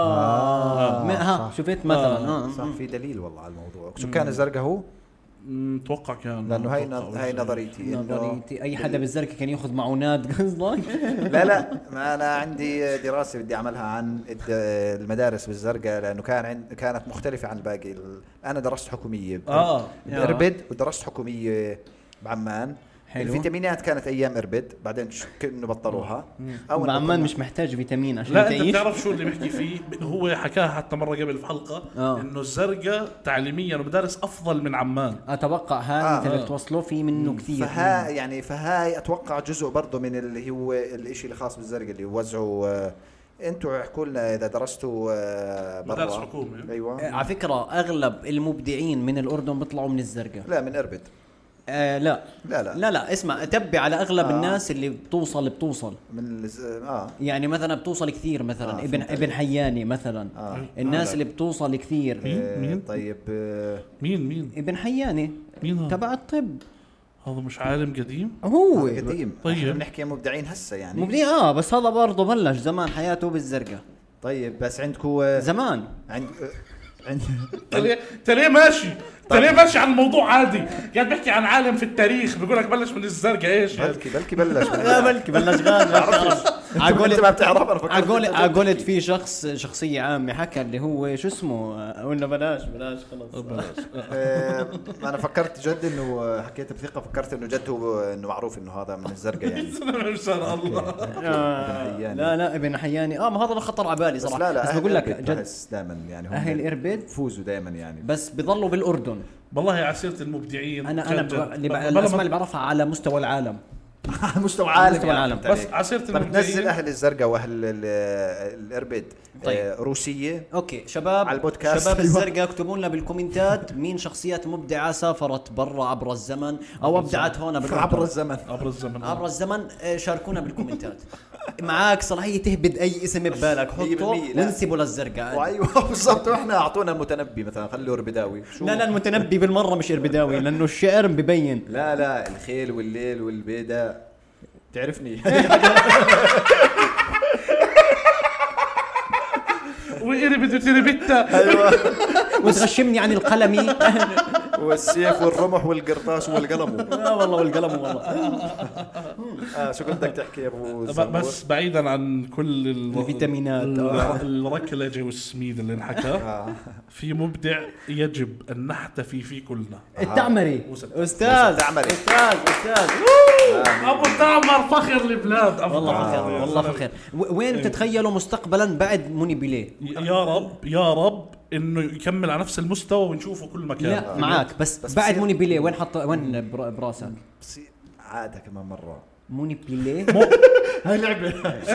آه، ما- ها شفت مثلا اه, صح في دليل والله على الموضوع. سكان الزرقاء هو مم، اتوقع كان لانه هاي أتوقع نظ- هاي أول شيء. نظريتي إنه نظريتي اي حدا بالزرقاء كان ياخذ معونات قصدك. لا لا ما انا عندي دراسه بدي اعملها عن الد- المدارس بالزرقاء لانه كان عند كانت مختلفه عن الباقي. ال- انا درست حكوميه اه باربد ودرست حكوميه بعمان. حلو. الفيتامينات كانت ايام اربد بعدين ش- كانه بطلوها. او إنه بعمان كنا- مش محتاج فيتامين عشان لا انت تعيش. بتعرف شو اللي بحكي فيه. هو حكاها حتى مره قبل في حلقه آه. انه الزرقاء تعليميا ومدارس افضل من عمان. اتوقع هذا آه. انت اللي بتوصلوا فيه منه كثير. فها يعني فهاي اتوقع جزء برضه من اللي هو الاشي الخاص بالزرقاء اللي وزعوا. آه، انتوا احكوا لنا اذا درستوا آه، برا. مدارس حكومة. ايوه على فكره اغلب المبدعين من الاردن بيطلعوا من الزرقاء. لا من اربد. آه لا لا لا لا لا اسمع تبع على اغلب آه. الناس اللي بتوصل بتوصل من الز... اه يعني مثلا بتوصل كثير مثلا آه، ابن فهمت ابن حياني مثلا آه. الناس آه، اللي بتوصل كثير آه، مين؟ طيب آه، مين مين ابن حياني مين هذا؟ تبع الطب هذا مش عالم قديم. هو هذا قديم. طيب. احنا بنحكي مبدعين هسه يعني. مبدئيا اه بس هذا برضه بلش زمان حياته بالزرقاء طيب بس عندكم آه، زمان. عند آه، عند تلي تلي ماشي تلي ماشي عن الموضوع عادي. قاعد بحكي عن عالم في التاريخ بيقول لك بلش من الزرقاء ايش هذا؟ بلكي بلكي بلش من- لا بلكي بلش غاد ما بتعرف. انت عقولت ما بتعرف. انا فكرت عقولت أنت عقولت بتحكي. في شخص شخصية عامة حكى اللي هو شو اسمه قلنا بلاش بلاش خلص. آه، انا فكرت جد انه آه، حكيت بثقه. فكرت انه جد هو انه معروف انه هذا من الزرقاء يعني. ما شاء الله. آه، حياني. لا لا ابن حياني اه ما هذا اللي خطر على بالي بس صراحة. لا لا بس أهل بقول لك إربد جد بحس دائما يعني هم اهل اربد بفوزوا دائما يعني. بس بيضلوا بالاردن. والله على سيرة المبدعين انا كان انا جد. ب- اللي ب- بلا الاسماء ما- اللي بعرفها على مستوى العالم. مستوى عالمي مستوى العالم. فهمت بس عليك. على سيرة طب نزل المبدعين اهل الزرقاء واهل ال- الاربد. طيب. آه، روسيه. اوكي شباب على البودكاست. شباب أيوة. الزرقاء اكتبوا لنا بالكومنتات مين شخصيات مبدعة سافرت برا عبر الزمن او ابدعت هون بالاردن عبر الزمن. عبر الزمن. عبر الزمن. آه، شاركونا بالكومنتات. معاك صلاحية تهبد اي اسم ببالك مية حطه بالمية، لا. وانسبه للزرقاء. وايوه بالضبط. واحنا اعطونا المتنبي مثلا خلوه ربداوي. شو لا لا المتنبي بالمرة مش اربداوي لانه الشعر ببين. لا لا الخيل والليل والبيداء تعرفني. وإيري بدو تيري بيتا. ايوه. وتغشمني عن القلمي. والسيف والرمح والقرطاس والقلم. لا والله والقلم والله. آه شو بدك تحكي يا ابو ب- زنبور؟ بس بعيدا عن كل ال- الفيتامينات. ال- الركلجة والسميد اللي انحكى، آه. في مبدع يجب أن نحتفي فيه كلنا. التعمري موسى استاذ التعمري. استاذ استاذ أبو تعمر فخر البلاد. والله أفضل. فخر والله فخر. و- وين بتتخيلوا مستقبلا بعد موني بيليه؟ يا رب يا رب انه يكمل على نفس المستوى ونشوفه كل مكان. لا معك بس, بس بعد بصير- موني بيليه وين حط وين برا- براسك؟ بس عادة كمان مرة موني بيليه هاي لعبة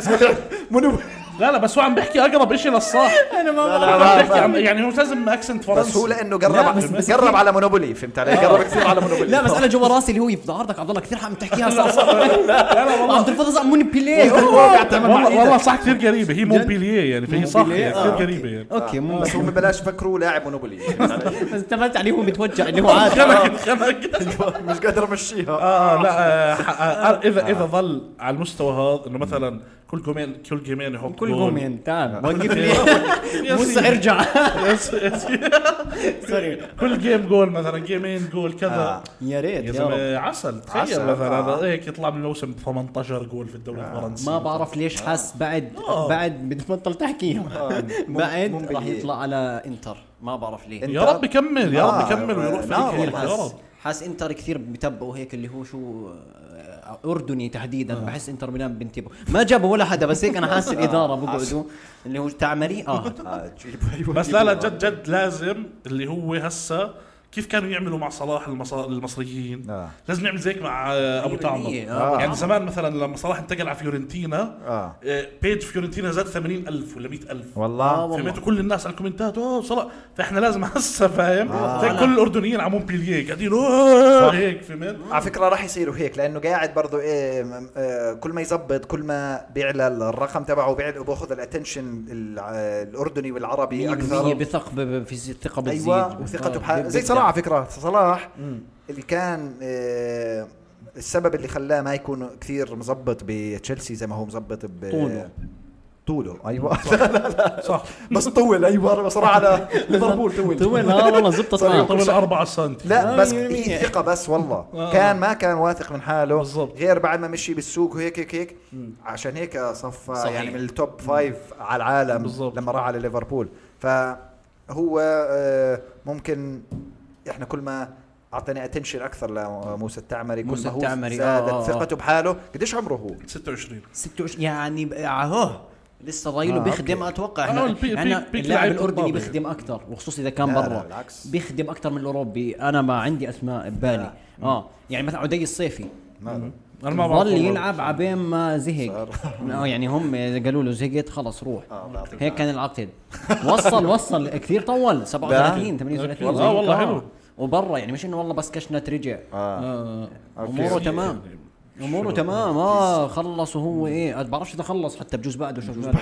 منو لا لا بس هو عم بحكي اقرب شيء للصح. انا ما لا، عم ما- بحكي عم يعني هو لازم اكسنت فرنسي. بس هو لانه لا، قرب بس- بس قرب كيف- على مونوبولي، فهمت علي؟ قرب كثير على مونوبولي. لا بس انا جوا راسي اللي هو يفضل عبد الله كثير عم تحكيها صح صح. لا لا والله عم تلفظ صح موني بيليه. والله, والله صح كثير قريبه هي مونبيليه يعني فهي صح مونبيليه، يعني آه، كثير أوكي. قريبه يعني. اوكي مو بس هو ببلاش فكروا لاعب مونوبولي، فهمت علي؟ بس انتبهت عليه هو بتوجع اللي هو عادي. خنق خنق. مش قادر امشيها. اه لا آه، ح- آه، اذا اذا ظل على المستوى هذا انه مثلا كل جيمين كل جيمين يحط كل جول. جومين تعال وقف لي يا موسى سيدي. ارجع يس- يس- سوري كل جيم جول مثلا جيمين جول كذا. آه. يا يا ريت يا رب. زلمه عسل. تخيل عسل، مثلا آه. هذا هيك يطلع من الموسم ب ثمانية عشر جول في الدوري الفرنسي. ما بعرف ليش حاس بعد آه. بعد بتبطل تحكي بعد مو- مو راح بي- يطلع على انتر ما بعرف ليه. إنتر. يا رب يكمل يا رب آه، يكمل ويروح آه، فريق نار هيك كثير يا حاس رب. حاس انتر كثير بتبعوا هيك اللي هو شو آه، اردني تحديدا. بحس انتر ميلان بنتبهوا ما جابوا ولا حدا بس هيك انا حاسس الاداره بقعدوا اللي هو تعمري اه آه، جيب- أيوة، بس لا لا جيبوا. جد جد لازم اللي هو هسه كيف كانوا يعملوا مع صلاح المص- المصريين آه. لازم نعمل زيك مع آه، ابو تعمر. آه. يعني زمان مثلا لما صلاح انتقل على فيورنتينا آه. آه، بيج فيورنتينا زاد ثمانين ألف ولا مئة ألف. والله فهمتوا كل الناس على الكومنتات اوه صلاح. فاحنا لازم هسه فاهم آه. زي كل الاردنيين على مونبيليه قاعدين اوه هيك فهمت. على فكرة راح يصيروا هيك لأنه قاعد برضو إيه م- آه، كل ما يزبط كل ما بيعلى الرقم تبعه بيعلى وباخذ الاتنشن الأردني والعربي هي أكثر. بثق ب- ب- في الثقه بتزيد. أيوة وثقته آه، بحاله زي بيبدع. صلاح على فكرة. صلاح اللي كان آه، السبب اللي خلاه ما يكون كثير مزبط بتشيلسي زي ما هو مزبط ب طوله. طوله ايوه لا لا لا صح بس طول ايوه بس راح على ليفربول طول طول اه والله زبطت صار معه. طول أربعة سنتي. لا آه، بس مية بالمية. هي ثقة بس والله آه. كان ما كان واثق من حاله بالضبط. غير بعد ما مشي بالسوق وهيك هيك هيك عشان هيك صف صحيح. يعني من التوب فايف على العالم بالضبط. لما راح على ليفربول. فهو آه، ممكن احنا كل ما اعطينا اتنشن اكثر لموسى التعمري كل موسى ما هو التعمري، زادت آه، آه، ثقته بحاله. قديش عمره هو؟ ستة وعشرين. ستة وعشرين يعني ب- اهو لسه ضايله آه، بيخدم أوكي. اتوقع آه، احنا البي- احنا بيك- بيك اللاعب لعيبة الاردني الطابع. بيخدم اكثر وخصوصا اذا كان لا، لا، برا بالعكس. بيخدم اكثر من الاوروبي. انا ما عندي اسماء ببالي اه يعني مثلا عدي الصيفي ماله؟ انا ما بعرف ظل والله. يلعب عبين ما زهق. اه يعني هم قالوا له زهقت خلص روح. آه، بعطيك هيك كان العقد. وصل وصل كثير طول سبعة وثلاثين ثمانية وثلاثين والله زي والله هيك. حلو. آه. وبرا يعني مش انه والله بس كشنت رجع. اه آه. اموره تمام اموره تمام اه خلص وهو ايه ما بعرفش اذا خلص حتى بجوز بعده شو والله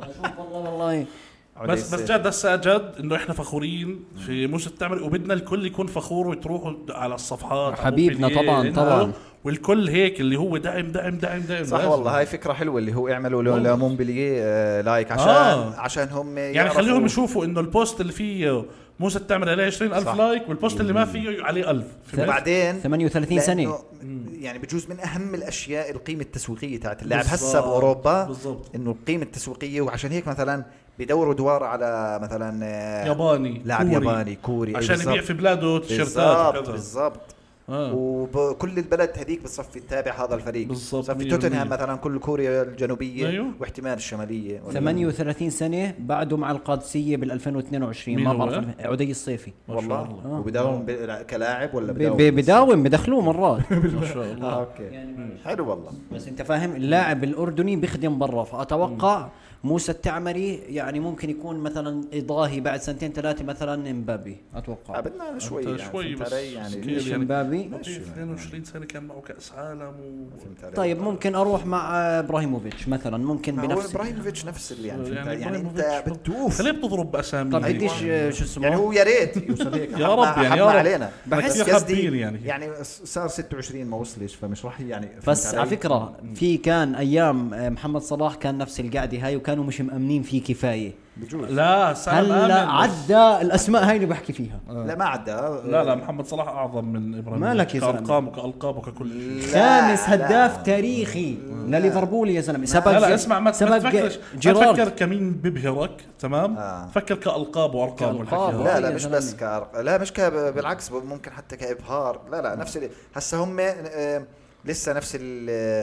والله بس بس جد هسه جد انه احنا فخورين في موسى التعمري وبدنا الكل يكون فخور وتروحوا على الصفحات حبيبنا على طبعاً، موبيليه، طبعاً. إنه والكل هيك اللي هو دعم دعم دعم دعم صح لازم. والله هاي فكرة حلوة اللي هو يعملوا له والله. لمونبلييه آه لايك عشان آه. عشان هم يعني خليهم يشوفوا انه البوست اللي فيه موسى التعمري عليه عشرين ألف صح. لايك والبوست اللي ما فيه عليه ألف. فهمت؟ وبعدين ثمانية وثلاثين سنة لأنه يعني بجوز من اهم الاشياء القيمه التسويقيه تاعت اللاعب بالضبط. هسه باوروبا بالضبط. انه القيمه التسويقيه. وعشان هيك مثلا بدوروا دوار على مثلا آه، ياباني لاعب كوري. ياباني كوري عشان بالضبط. يبيع في بلاده تيشيرتات بالضبط وكذا. بالضبط آه. وكل البلد هذيك بتصفي تتابع هذا الفريق. بالضبط، صفي مية توتنهام بالمية. مثلا كل كوريا الجنوبيه أيوه. واحتمال الشماليه ولا- ثمانية وثلاثين سنة بعده مع القادسية بال ألفين واثنين وعشرين مين ما هو؟ بعرف عدي الصيفي ما شاء والله الله. وبداوم ب- كلاعب ولا ب- بداوم ب- بداوم بدخلوه مرات. ما شاء آه، الله. اوكي حلو والله. بس انت فاهم اللاعب الاردني بيخدم برا فاتوقع موسى التعمري يعني ممكن يكون مثلا اضاهي بعد سنتين ثلاثه مثلا امبابي اتوقع. بدنا شوي أنت يعني شوي فهمت بس علي؟ يعني سكيل. مش يعني امبابي. اثنين وعشرين سنة كان معه كأس عالم و... فهمت علي؟ طيب ممكن اروح مع ابراهيموفيتش مثلا ممكن ما هو بنفس ابراهيموفيتش نفس اللي يعني, يعني يعني, يعني انت إبراهيموفيتش بتوف. ليه بتضرب بأسامي؟ طب قديش آه، شو اسمه يعني هو يا ريت يوصل هيك يا رب يعني، يا رب. علينا بحس بس حابين قصدي يعني. يعني صار ستة وعشرين ما وصلش فمش راح يعني فهمت بس على علي؟ فكره في كان ايام آه، محمد صلاح كان نفس القعده هاي وكانوا مش مأمنين فيه كفايه بجوز. لا سلام هلا آمن. عدى الاسماء هاي اللي بحكي فيها. لا ما عدى. لا لا محمد صلاح اعظم من ابراهيم. مالك يا زلمة؟ كارقام وكالقاب وككل شيء. خامس هداف تاريخي لليفربول يا زلمه. سبق لا لا اسمع ما سبق تفكرش ما جيرارد. تفكر كمين ببهرك تمام. آه. فكر كالقاب وارقام كألقاب. والحكي لا هذا. لا يا مش زلمة. بس كأرق... لا مش ك... بالعكس ممكن حتى كإبهار. لا لا نفس ال... هسه هم آه، لسه نفس ال...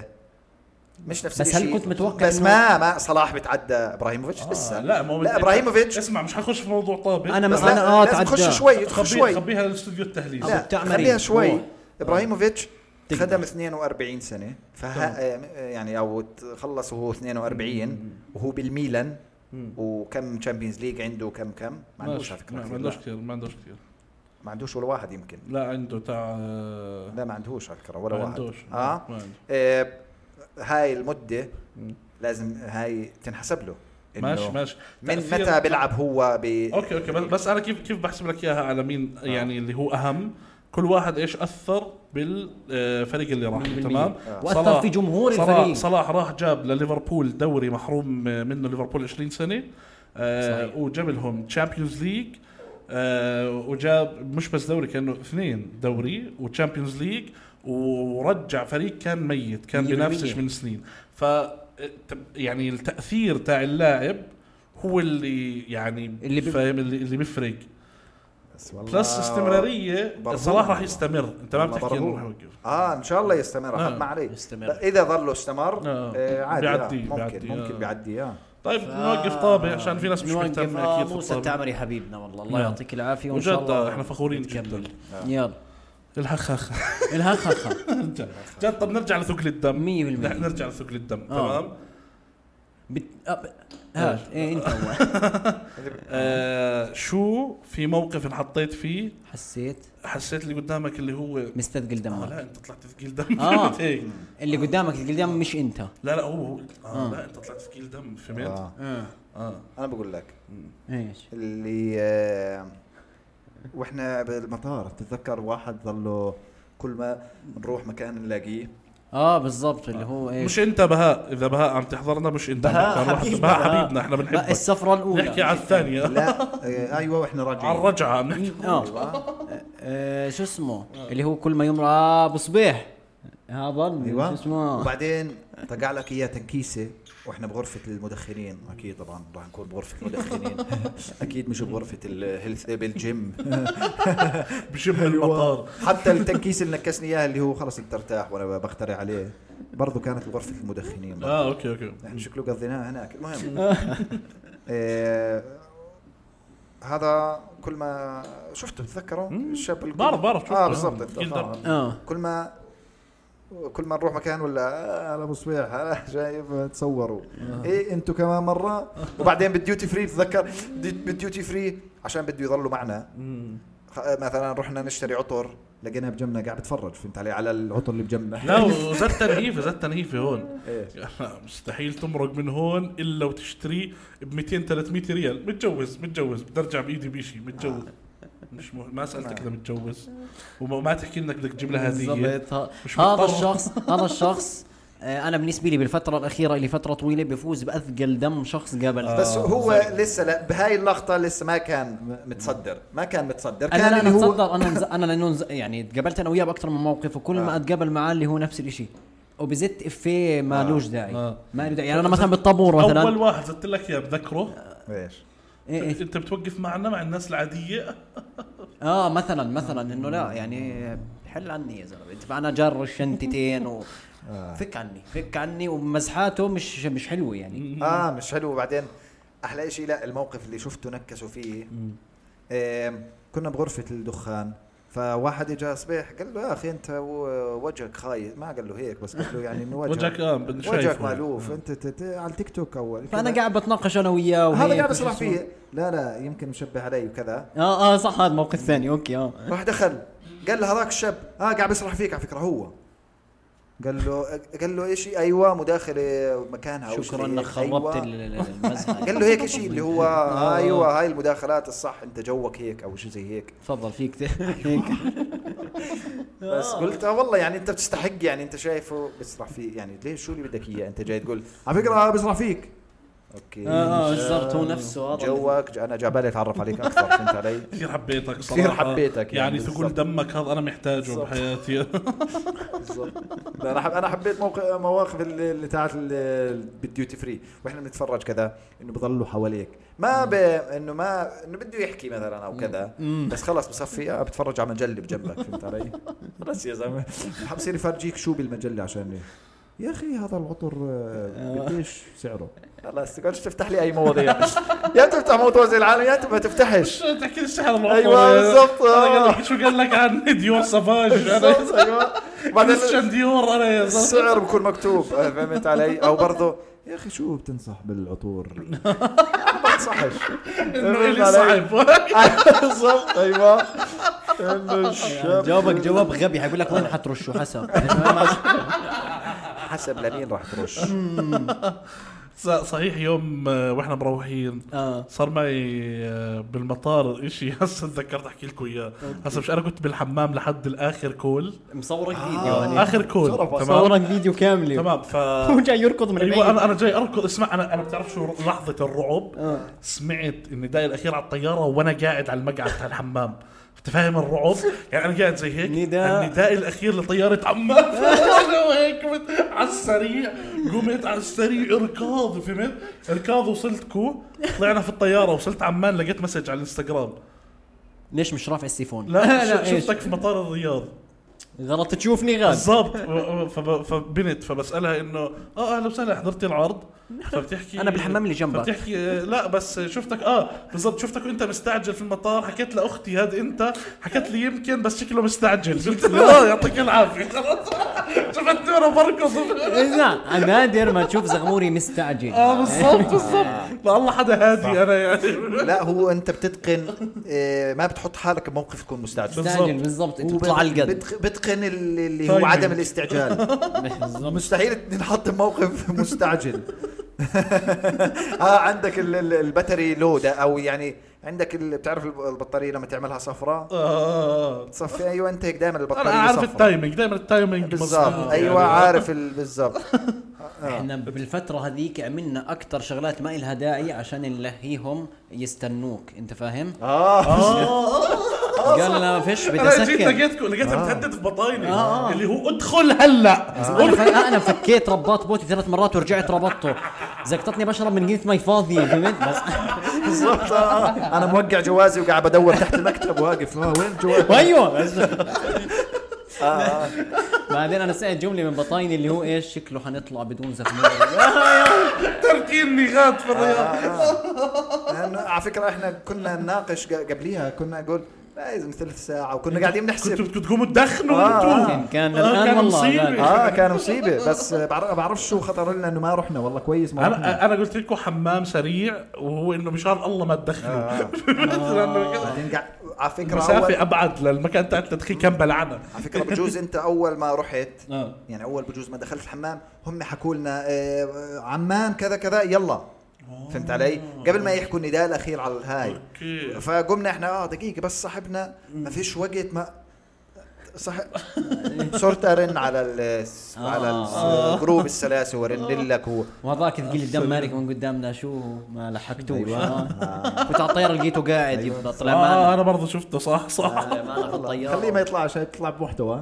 مش نفس بس هل الشيء. كنت متوقع بس إنه- ما ما صلاح بتعدى ابراهيموفيتش آه لسه. لا مو لا ابراهيموفيتش اسمع مش حخش في موضوع طابق. انا بس انا لا اه لازم تخش تعدى شوي تخش خبي شوي. خبيها للاستوديو التحليلي. أبو لا بتعمل خليها إيه؟ شوي. روح. ابراهيموفيتش تقدر. خدم اثنين وأربعين سنه فها يعني او خلص وهو اثنين وأربعين وهو بالميلان. وكم تشامبيونز ليج عنده كم كم ما عندوش على فكره ما كثير. عندوش لا. كثير ما عندوش كثير. ما عندوش ولا واحد يمكن. لا عنده تاع لا ما عندوش على فكره ولا ما واحد. عندوش. اه ما عنده. آه، هاي المده لازم هاي تنحسب له. إنه ماشي ماشي من تأثير- متى بيلعب هو ب اوكي اوكي بس, بس انا كيف كيف بحسب لك اياها على مين آه. يعني اللي هو اهم. كل واحد ايش اثر بالفريق اللي راح تمام. آه. واثر صلاح- في جمهور صلاح, الفريق. صلاح راح جاب لليفربول دوري محروم منه ليفربول عشرين سنه. آه وجاب لهم تشامبيونز ليج. آه وجاب مش بس دوري كانوا اثنين دوري وتشامبيونز ليج ورجع فريق كان ميت كان مية بينافسش بالمية. من سنين. ف يعني التأثير تاع اللاعب هو اللي يعني اللي اللي بي- فاهم اللي, اللي بيفرق. بس والله بلس استمرارية برهون. صلاح راح يستمر. انت ما والله بتحكي انه برهون. راح يوقف. اه ان شاء الله يستمر. آه. آه. ما عليه يستمر. لا، اذا ظلوا استمر آه. آه عادي بيعدي- آه. ممكن بيعدي، ممكن آه. بيعدي اه طيب نوقف طابع عشان في ناس مش نوقف. مهتمة آه اكيد في موسى الطابع. التعمري حبيبنا والله الله نعم. يعطيك العافيه وان شاء وجد الله احنا فخورين نكمل. جدا. يلا الهخخ الهخخه جد. طب نرجع لثقل الدم. مية بالمية. نح- نرجع لثقل الدم آه. تمام. بت... أه، هات ايه انت اول آه شو في موقف انحطيت فيه حسيت حسيت اللي قدامك اللي هو مستثقل آه دمك. لا انت طلعت ثقيل دم. آه. فهمت هيك. اللي قدامك اللي قدام مش انت. لا لا هو هو آه آه. لا انت طلعت ثقيل دم فهمت. آه. اه اه انا بقول لك ايش اللي آه واحنا بالمطار تتذكر واحد ظله كل ما نروح مكان نلاقيه. اه بالضبط اللي هو ايش مش انت بهاء. اذا بهاء عم تحضرنا مش انت. بهاء كان واحد- حبيبنا. بهاء حبيبنا احنا لا بنحبك. السفرة الاولى نحكي على الثانية. لا آه ايوه واحنا راجعين. على الرجعة عم نحكي. اه آه، شو اسمه اللي هو كل ما يمر اه ابو صبيح هذا ايوه شو اسمه وبعدين طقع لك اياه تنكيسه واحنا بغرفه المدخنين. اكيد طبعا راح نكون بغرفه المدخنين. اكيد مش بغرفه الهيلث بالجيم. بشبه المطار. حتى التنكيس اللي نكسني اياها اللي هو خلص انت ارتاح وانا بخترع عليه برضو كانت بغرفه المدخنين برضو. اه اوكي اوكي. نحن شكله قضيناها هناك. المهم إيه هذا كل ما شفته بتذكره الشاب اللي بعرف بعرف شفته. اه بالضبط آه. انت ثقيل دم. فاهم. اه كل ما كل ما نروح مكان ولا آه ابو صبيح آه جايب تصوروا ايه انتوا كمان مره. وبعدين بالديوتي فري بتذكر بالديوتي فري عشان بده يضلوا معنا. خ- مثلا رحنا نشتري عطر لقيناها بجنبنا قاعد بتفرج فهمت علي على العطر اللي بجنبنا. لا وزاد تنهيفه زاد تنهيفه هون. ايش يعني مستحيل تمرق من هون الا وتشتريه ب مئتين ثلاثمئة ريال. متجوز متجوز بدي ارجع بايدي بشيء متجوز. مش م... ما سالتك اذا متجوز وما ما تحكي انك بدك تجيب لها هديه. بالضبط ه- مش هذا مضطر. الشخص هذا الشخص آه، انا بالنسبه لي بالفتره الاخيره اللي فتره طويله بفوز باثقل دم شخص قابل. آه. بس هو لسه لا بهاي اللقطه لسه ما كان م- متصدر ما كان متصدر انا كان لا اللي انا هو تصدر انا نز... انا لانه نز... يعني تقابلت انا وياه باكثر من موقف وكل ما آه. اتقابل معاه اللي هو نفس الشيء وبزت افيه ما لوش داعي. آه. ما له داعي يعني انا مثلا بالطابور مثلا اول واحد زدت لك اياه بذكره. ايش إيه إيه. انت بتوقف معنا مع الناس العاديه. اه مثلا مثلا انه لا يعني حل عني يا زلمه ادفعنا جر الشنتتين و فك عني فك عني ومزحاته مش مش حلوه يعني. اه مش حلو. وبعدين احلى شيء لا الموقف اللي شفته نكسوا فيه آه كنا بغرفه الدخان فواحد اجى صبيح قال له يا اخي انت و- وجهك خايف. ما قال له هيك بس قال له يعني انه وجهك وجهك اه وجهك شايفه. مالوف انت ت- ت- على التيك توك اول فانا كذا. قاعد بتناقش انا وياه هذا وهيك قاعد وشو بسرح اسمه. فيه لا لا يمكن مشبه علي وكذا. اه اه صح هذا موقف ثاني اوكي اه راح دخل قال له هذاك الشاب اه قاعد بيسرح فيك على فكره هو قال له قال له ايش ايوه مداخله مكانها أو شكرا شيء انك هيك. خربت أيوة. ال- ال- المزحه. قال له هيك شيء اللي هو آه ايوه هاي المداخلات الصح انت جوك هيك او شيء زي هيك. تفضل فيك ت- هيك بس قلت آه والله يعني انت بتستحق يعني انت شايفه بيسرح فيه يعني ليش شو اللي بدك اياه انت جاي تقول على فكره بيسرح فيك اوكي اه بالضبط هو نفسه هذا جوك. انا جابالي اتعرف عليك اكثر فهمت علي. كثير حبيتك صراحه كثير حبيتك يعني, يعني ثقول دمك هذا انا محتاجه بالزبط. بحياتي. بالضبط. انا حب انا حبيت موقع مواقف اللي تاعت بالديوتي فري واحنا بنتفرج كذا انه بضلوا حواليك ما ب... انه ما انه بده يحكي مثلا او كذا بس خلص بصفي آه بتفرج على مجله بجنبك فهمت علي. خلص يا زلمه حبصير يفرجيك شو بالمجله عشان يا اخي هذا العطر قديش سعره. خلاص تقعدش تفتح لي اي مواضيع. يا تفتح موضوع زي العالم يا انت ما تفتحش. تحكي لي الشحن العطر. ايوه بالضبط. شو قال لك عن ديور سافاج؟ ايوه بعدين شن ديور انا يا زلمه السعر بكون مكتوب فهمت علي. او برضه يا اخي شو بتنصح بالعطور؟ ما بنصحش انه اللي صعب. بالضبط ايوه. انه الشاب جاوبك جواب غبي حيقول لك وين حترشه حسب حسب لمين راح ترش. صحيح يوم واحنا مروحين آه. صار معي بالمطار اشي هسه تذكرت احكي لكم اياه. هسه مش انا كنت بالحمام لحد الاخر كول مصورك آه. فيديو يعني اخر كول مصورك فيديو كامل تمام. ف هو جاي يركض من ايوه انا انا جاي اركض. اسمع انا انا بتعرف شو لحظه الرعب. آه. سمعت النداء الاخير على الطياره وانا قاعد على المقعد تاع الحمام. تفهم الرعب يعني انا قاعد زي هيك نداء. النداء الاخير لطياره عمان. وهيك قمت على السريع قمت على السريع اركاض فهمت اركاض وصلت كو طلعنا في الطياره وصلت عمان لقيت مسج على الانستغرام. ليش مش رافع السيفون؟ لا, لا شفتك في مطار الرياض غلط تشوفني غاد بالضبط. فبنت فبسألها انه اه اهلا وسهلا حضرتي العرض فبتحكي انا بالحمام اللي جنبك فبتحكي لا بس شفتك اه بالضبط شفتك وانت مستعجل في المطار. حكيت لاختي هذا انت حكت لي يمكن بس شكله مستعجل. قلت اه يعطيك العافيه خلاص شفت انا بركض. لا نادر ما تشوف زغموري مستعجل. اه بالضبط بالضبط. لا الله حدا هادي انا يعني. لا هو انت بتتقن إيه ما بتحط حالك بموقف يكون مستعجل. مستعجل بالضبط انت بتطلع على القد. بتتقن اللي هو عدم الاستعجال. مستحيل نحط موقف مستعجل. اه عندك الباتري لود او يعني عندك بتعرف البطاريه لما تعملها صفراء اه تصفي. ايوه انت هيك دائما البطاريه انا عارف صفرة. التايمينج دائما التايمينج بالضبط. ايوه يعني عارف بالضبط. احنا بالفتره هذيك عملنا اكثر شغلات ما لها داعي عشان نلهيهم يستنوك انت فاهم. اه قال لا فيش بدي انا جيت اسكر. لقيتكم لقيتها بتهدد في بطايني آه. اللي هو ادخل هلا. انا ف... انا فكيت رباط بوتي ثلاث مرات ورجعت ربطته زقطتني بشرب من قيمه مي فاضيه فهمت بس بالضبط. انا موقع جوازي وقاعد بدور تحت المكتب واقف وين الجواز. ايوه آه. بعدين انا سألت جمله من بطايني اللي هو ايش شكله حنطلع بدون زغمور. تركيني غاد في الرياض. لانه على فكره احنا كنا نناقش قبليها كنا نقول لازم ثلث ساعه وكنا قاعدين نحسب كنتوا بدكم تقوموا تدخنوا آه انتوا. كان آه الان كان والله مصيبة. اه كان مصيبه بس بعرف شو خطر لنا انه ما رحنا والله كويس ما رحنا. انا انا قلت لكم حمام سريع وهو انه مشان الله ما تدخلوا. آه. بعدين قاعد على فكره مسافه ابعد للمكان تاع التدخين كان بلعنه. على فكره بجوز انت اول ما رحت آه. يعني اول بجوز ما دخلت الحمام هم حكوا لنا آه عمان كذا كذا يلا فهمت علي قبل ما يحكوا النداء الاخير على الهاي. فقمنا احنا اه دقيقه بس صاحبنا ما فيش وقت ما صح صرت ارن على ال على الجروب السلاسل ورن لك هو وهذاك ثقيل الدم مارك من قدامنا شو ما لحقتوش. كنت على الطياره لقيته قاعد يبدا طلع اه انا برضه شفته صح صح. معنا في الطياره خليه ما يطلعش يطلع بمحتوى.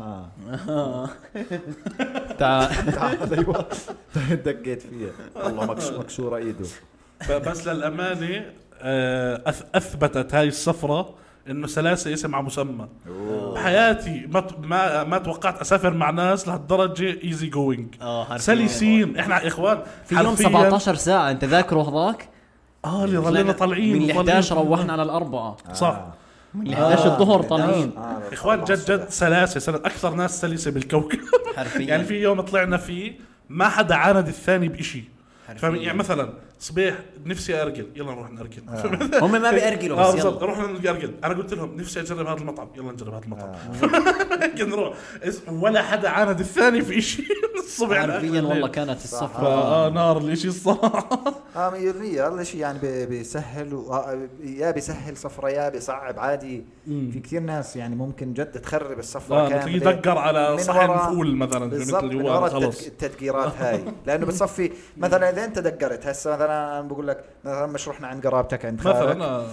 تعال ايوه دقيت فيه والله مكسوره ايده. بس للامانه اثبتت هاي السفره انه سلاسه اسم على مسمى. بحياتي ما ما ما توقعت اسافر مع ناس لهالدرجه ايزي جوينج سلسين. احنا يا اخوان في يوم سبعة عشر ساعه انت ذاكره هذاك. اه اللي ظلينا طالعين من إحدى عشر روحنا على الاربعه صح من إحدى عشر الظهر طالعين. يا اخوان جد جد سلاسه سنة اكثر ناس سلسه بالكوكب. يعني في يوم طلعنا فيه ما حدا عاند الثاني بشيء. يعني مثلا صبيح نفسي ارجل يلا نروح نرجل. آه. هم ما بيأرجلوا بس يلا آه نروح نرجل. انا قلت لهم نفسي اجرب هذا المطعم يلا نجرب هذا المطعم. آه. نروح ولا حدا عاند الثاني في شيء. الصبح حرفيا والله كانت السفرة آه نار الاشي الصراحة. اه مية بالمية هذا الشيء يعني بي- بيسهل و... آه، يا بيسهل سفرة يا بيصعب عادي. في كثير ناس يعني ممكن جد تخرب السفرة آه تلاقيه دقر على من صحن ورا- فول مثلا بالضبط مثل من هو ورا خلص. التدق- التدقيرات هاي لانه بتصفي مثلا اذا انت دقرت هسه مثلا انا بقول لك مثلا مش رحنا عند قرابتك عند خالك مثلا آه.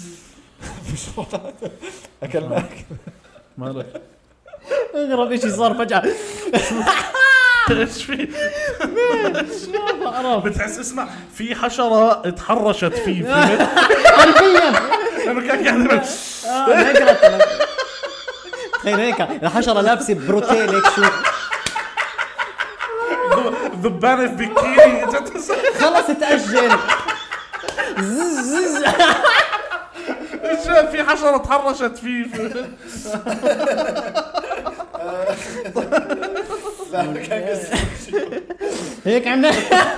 اكلنا مالك اغرب شيء صار فجأة. ايش في؟ بتحس اسمع في حشرة اتحرشت فيه فهمت؟ حرفيا لانه كان قاعد اه نقرة تخيل هيك الحشرة لابسة بروتين هيك شو ذبانة في بكيني خلص تأجل. ايش في حشرة اتحرشت فيه هيك عملنا.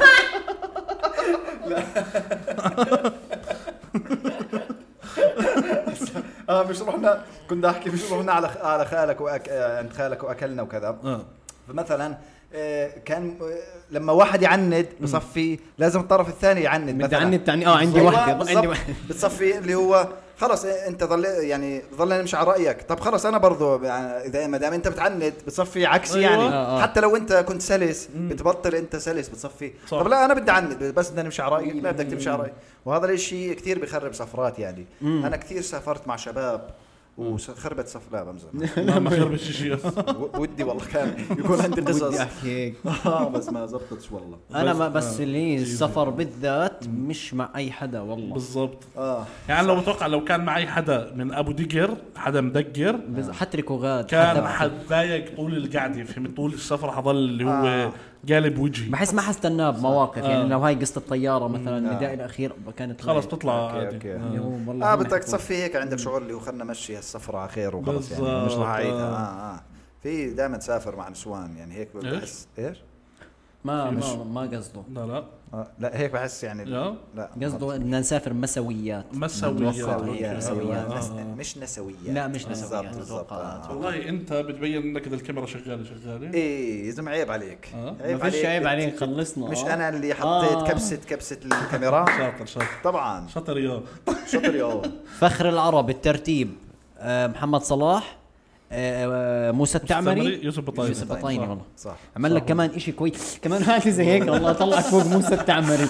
اه مش رحنا كنت احكي مش رحنا على على خالك وأك... آه، عند خالك واكلنا وكذا. فمثلا آه، كان آه، لما واحد يعند بصفي لازم الطرف الثاني يعند بدي مثلا عني التعني اه عندي واحدة عندي بالضبط. واحدة. بتصفي اللي هو خلص إيه، انت ظل يعني ظلنا نمشي على رايك. طب خلص انا برضو يعني اذا ما دام انت بتعند بتصفي عكسي أيوة. يعني آه، آه. حتى لو انت كنت سلس بتبطل انت سلس بتصفي صح. طب لا انا بدي اعند بس بدنا نمشي على رايك لا بدك تمشي على رايي. وهذا الشيء كثير بخرب سفرات يعني. انا كثير سافرت مع شباب وخربت سفر لا بمزح لا ما خربش شيء. ودي والله كان يكون عندي بدي قصص احكي هيك. اه بس ما زبطتش والله. انا ما بس اللي السفر بالذات مش مع اي حدا والله. بالضبط. اه يعني لو بتوقع لو كان معي حدا من ابو دقر حدا مدقر بز- حتركوا غاد كان حدا- حتضايق طول القعده فهمت طول السفر حضل اللي هو آه. قالب وجهي بحس ما حستناه بمواقف يعني آه. لو هاي قصة الطيارة مثلا آه. النداء الأخير كانت خلص لايك. تطلع أوكي، عادي. أوكي. آه. يوم والله اه هم بدك يحكوا. تصفي هيك عندك شعور اللي هو خلنا نمشي هالسفرة على خير وخلص يعني بالضبط. مش راح اعيدها. آه. اه اه في دائما تسافر مع نسوان يعني هيك إيش؟ بحس ايش؟ ما ما ما قصده لا لا آه لا هيك بحس يعني لا. لا قصده بدنا نسافر مسويات مسويات نسويات مسويات. نس- آه. مش نسويات لا مش بالضبط، نسويات بالضبط. توقعات. آه. والله انت بتبين انك اذا الكاميرا شغاله شغاله ايه يا زلمه عيب عليك آه. ما فيش عيب عليك خلصنا مش آه. انا اللي حطيت آه. كبسه كبسه الكاميرا شاطر شاطر طبعا شاطر يا شاطر يا فخر العرب الترتيب آه، محمد صلاح آه، موسى التعمري يوسف بطايني يوسف بطايني صح. والله صح عمل لك كمان اشي كويس كمان هاتي زي هيك والله طلعك فوق موسى التعمري.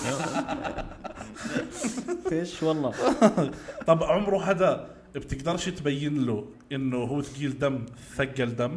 فيش والله. طب عمره حدا بتقدرش تبين له انه هو ثقيل دم ثقل دم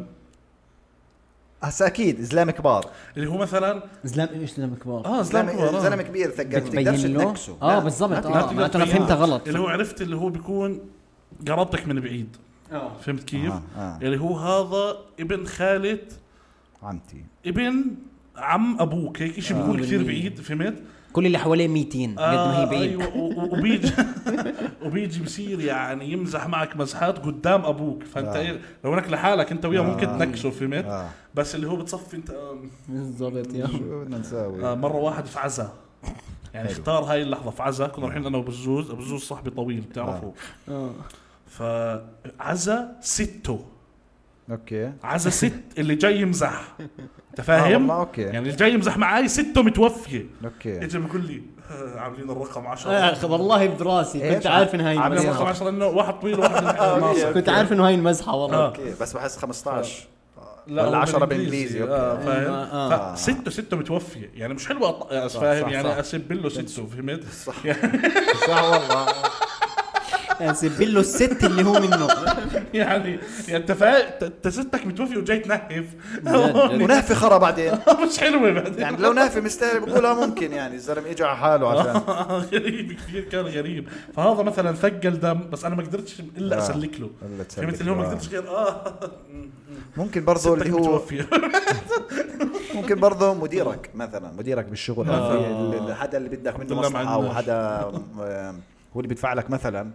هسا اكيد زلمه كبار اللي هو مثلا زلام ايش زلام كبار اه زلمه كبار زلمه آه. زلمه كبير ثقل بتبين تقدرش له تنكسه اه لا. بالضبط ما اه تقدر معناته انا تبين. فهمتها غلط. اللي هو عرفت اللي هو بيكون قرابتك من بعيد اه فهمت كيف آه، آه. اللي هو هذا ابن خالة عمتي ابن عم ابوك هيك شيء بيكون كثير بالمية. بعيد فهمت كل اللي حواليه ميتين قد ما هي بعيد. ايوه و- و- وبيجي وبيجي بصير يعني يمزح معك مزحات قدام ابوك فانت آه. إيه لو هناك لحالك انت وياه آه. ممكن تنكشه فهمت اه بس اللي هو بتصفي انت آه، بالضبط يا شو بدنا نساوي آه، مره واحد في عزا يعني حلو. اختار هاي اللحظه في عزا كنا رايحين انا وبزوز بزوز صاحبي طويل بتعرفه اه فعزا سته اوكي عزا ست اللي جاي يمزح انت آه فاهم والله اوكي يعني اللي جاي يمزح معي سته متوفيه اوكي اجى بيقول لي آه، عاملين الرقم عشرة آه، والله براسي إيش؟ كنت عارف ان هاي عاملين الرقم المزحه. عشرة انه واحد طويل وواحد ناصر كنت عارف انه هاي المزحه والله. آه. اوكي بس بحس خمسة عشر لا ولا هو عشرة بالانجليزي اه اوكي فاهم آه. آه. فستة ستة متوفية يعني مش حلوة أط... يعني صح، فاهم صح، يعني صح. اسب له ستة فهمت صح يعني, صح والله يعني سيب له الست اللي هو منه. يعني يعني انت فاهم انت ستك متوفي وجاي تنهف ونهفي خرا بعدين مش حلوة بعدين يعني لو نهفي مستاهل بقولها ممكن يعني الزلمه اجى على حاله عشان غريب كثير كان غريب فهذا مثلا ثقل دم بس انا ما قدرتش الا آه. اسلك له إلا تسلك فهمت اللي هو ما له. قدرتش غير اه ممكن برضه ستك اللي هو متوفية ممكن برضه مديرك مثلا مديرك بالشغل آه. في ال- حدا اللي بدك منه لا، ما مصلحه او عندناش. حدا آه، هو اللي بيدفع لك مثلا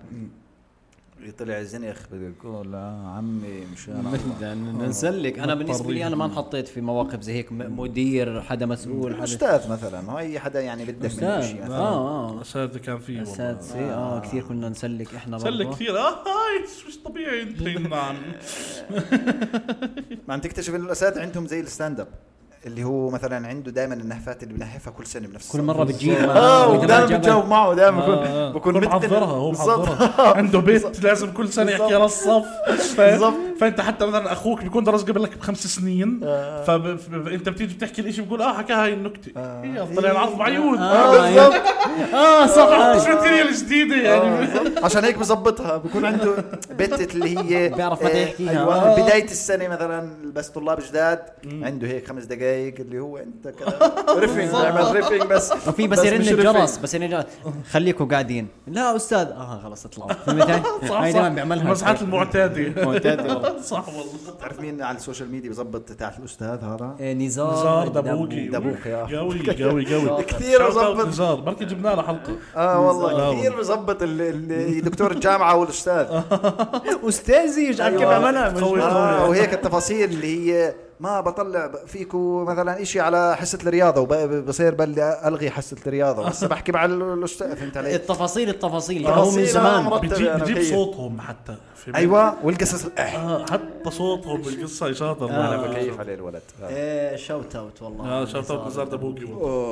يطلع زنخ بيقول لا عمي مشان الله. نسلك انا بالنسبه لي انا ما انحطيت في مواقف زي هيك م- مدير حدا مسؤول حدا استاذ مثلا اي حدا يعني بدك منه استاذ شيء مثلا اه اه اساتذة كان فيه والله اساتذه اه كثير كنا نسلك احنا سلك برضه. كثير اه هاي مش طبيعي انت نعم ما عم تكتشف انه الاساتذه عندهم زي الستاند اب اللي هو مثلا عنده دائما النهفات اللي بنحفها كل سنه بنفس كل مره بتجيب اه ودائما بتجاوب معه دائما بكون آه. بكون بكون محضرها هو محضرها عنده بيت لازم كل سنه يحكي على الصف بالضبط. فانت حتى مثلا اخوك بيكون درس قبل لك بخمس سنين آه. فانت بتيجي بتحكي الاشي بقول اه حكى هاي النكته آه. هي طلع نعرف معيود بالضبط اه صح مش ماتيريال جديده يعني عشان هيك بظبطها بكون عنده بيت اللي هي بيعرف متى يحكيها أيوة. بدايه السنه مثلا بس طلاب جداد عنده هيك خمس دقائق اللي هو انت كذا ريفينج بيعمل ريفينج بس وفي بس يرن الجرس بس يرن خليكم قاعدين لا استاذ اه خلص اطلعوا فهمت هاي دائما بيعملها المساحات المعتاده معتاده والله صح والله. تعرف مين على السوشيال ميديا بظبط تاع الاستاذ هذا نزار نزار دبوكي دبوكي قوي قوي قوي كثير بظبط نزار بركي جبنا له حلقه اه والله كثير بظبط دكتور الجامعه والاستاذ استاذي ايش كيف عملها آه وهيك التفاصيل اللي هي ما بطلع فيكو مثلا إشي على حصة الرياضة وبصير بل ألغي حصة الرياضة بس بحكي مع الأستاذ فهمت علي التفاصيل التفاصيل هو من زمان بتجيب بتجيب صوتهم حتى أيوة والقصص آه حتى صوتهم بالقصة شاطر أنا بكيف عليه الولد إيه شوت أوت والله آه شوت أوت نزار دبوكي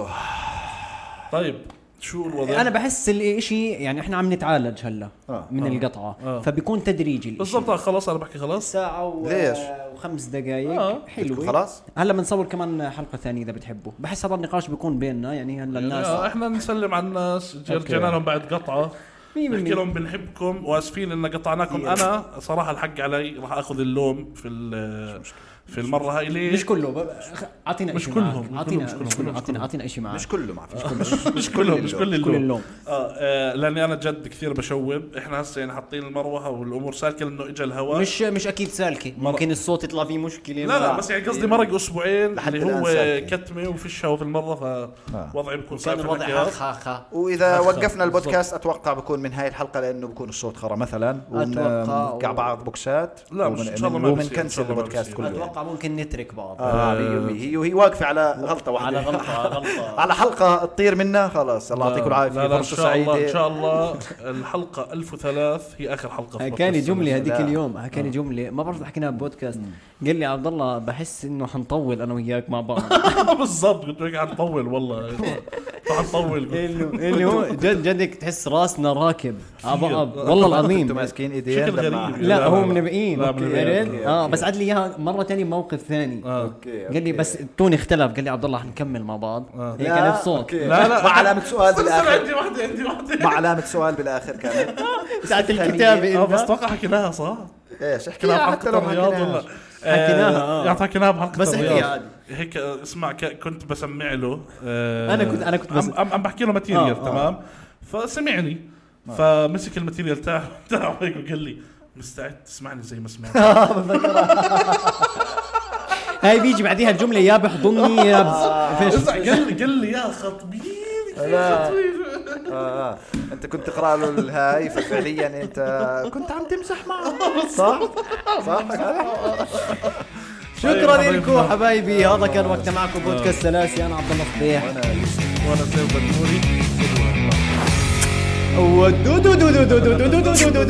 طيب شو الوضع؟ انا بحس الاشي يعني احنا عم نتعالج هلا آه. من آه. القطعه آه. فبيكون تدريجي الاشي بالضبط خلاص انا بحكي خلاص ساعه و... ليش؟ وخمس دقائق آه. حلو خلاص هلا بنصور كمان حلقه ثانيه اذا بتحبوا بحس هذا النقاش بيكون بيننا يعني هلا الناس آه احنا نسلم على الناس رجعنا لهم بعد قطعه نحكي لهم بنحبكم واسفين ان قطعناكم انا صراحه الحق علي راح اخذ اللوم في في المره هاي ليه مش كله اعطينا مش كلهم اعطينا اعطينا اعطينا شيء معك مش كله ما فيش مش, مش كلهم مش كل اللوم, اللوم. آه, اه لاني انا جد كثير بشوب احنا هسه يعني حاطين المروحه والامور سالكه لانه اجى الهواء مش مش اكيد سالكه ممكن الصوت يطلع فيه مشكله لا لا بس يعني قصدي مرق اسبوعين اللي هو كتمه وفيش هوا في المره فوضعي بيكون صعب الوضع خاخه واذا وقفنا البودكاست اتوقع بكون من هاي الحلقه لانه بكون الصوت خرا مثلا ونوقع بعض بوكسات لا مش ان شاء الله ما ومنكنسل البودكاست كله اتوقع ممكن نترك بعض اه هي وهي واقفه على غلطه واحده على غلطه غلطه على حلقه تطير منها خلاص الله يعطيكم العافيه فرصه سعيده ان شاء الله الحلقه ألف وثلاث هي اخر حلقه كان جمله هذيك اليوم كان جمله ما بعرف حكيناها ببودكاست قال لي عبد الله بحس انه حنطول انا وياك مع بعض بالضبط قلت لك حنطول والله حنطول اللي هو جد جدك تحس راسنا راكب اب اب والله العظيم انتم ماسكين ايدين لا هو منبقين اه بس عاد لي اياها مره ثانيه موقف ثاني قال لي بس التون اختلف قال لي عبد الله حنكمل مع بعض هيك نفس صوت لا لا مع علامه سؤال بالاخر عندي واحده عندي واحده مع علامه سؤال بالاخر كانت ساعه الكتابه اه بس اتوقع حكيناها صح ايش احكيها حتى لو الرياض ولا حكيناها يعني حكيناها بحلقه بس الرياض هيك اسمع كنت بسمع له انا كنت انا كنت بس عم بحكي له ماتيريال تمام فسمعني فمسك الماتيريال تاعه تاعه هيك وقال لي مستعد تسمعني زي ما سمعت هاي بيجي بعديها الجمله يا بحضني يا فيش قال لي قال لي يا خطبين اه اه انت كنت تقرا له الهاي ففعليا انت كنت عم تمزح معه صح صح شكرا لكم حبايبي هذا كان وقتنا معكم بودكاست سلاسي انا عبد الله صبيح وانا سيف بنوري ودو دو دو دو دو دو دو دو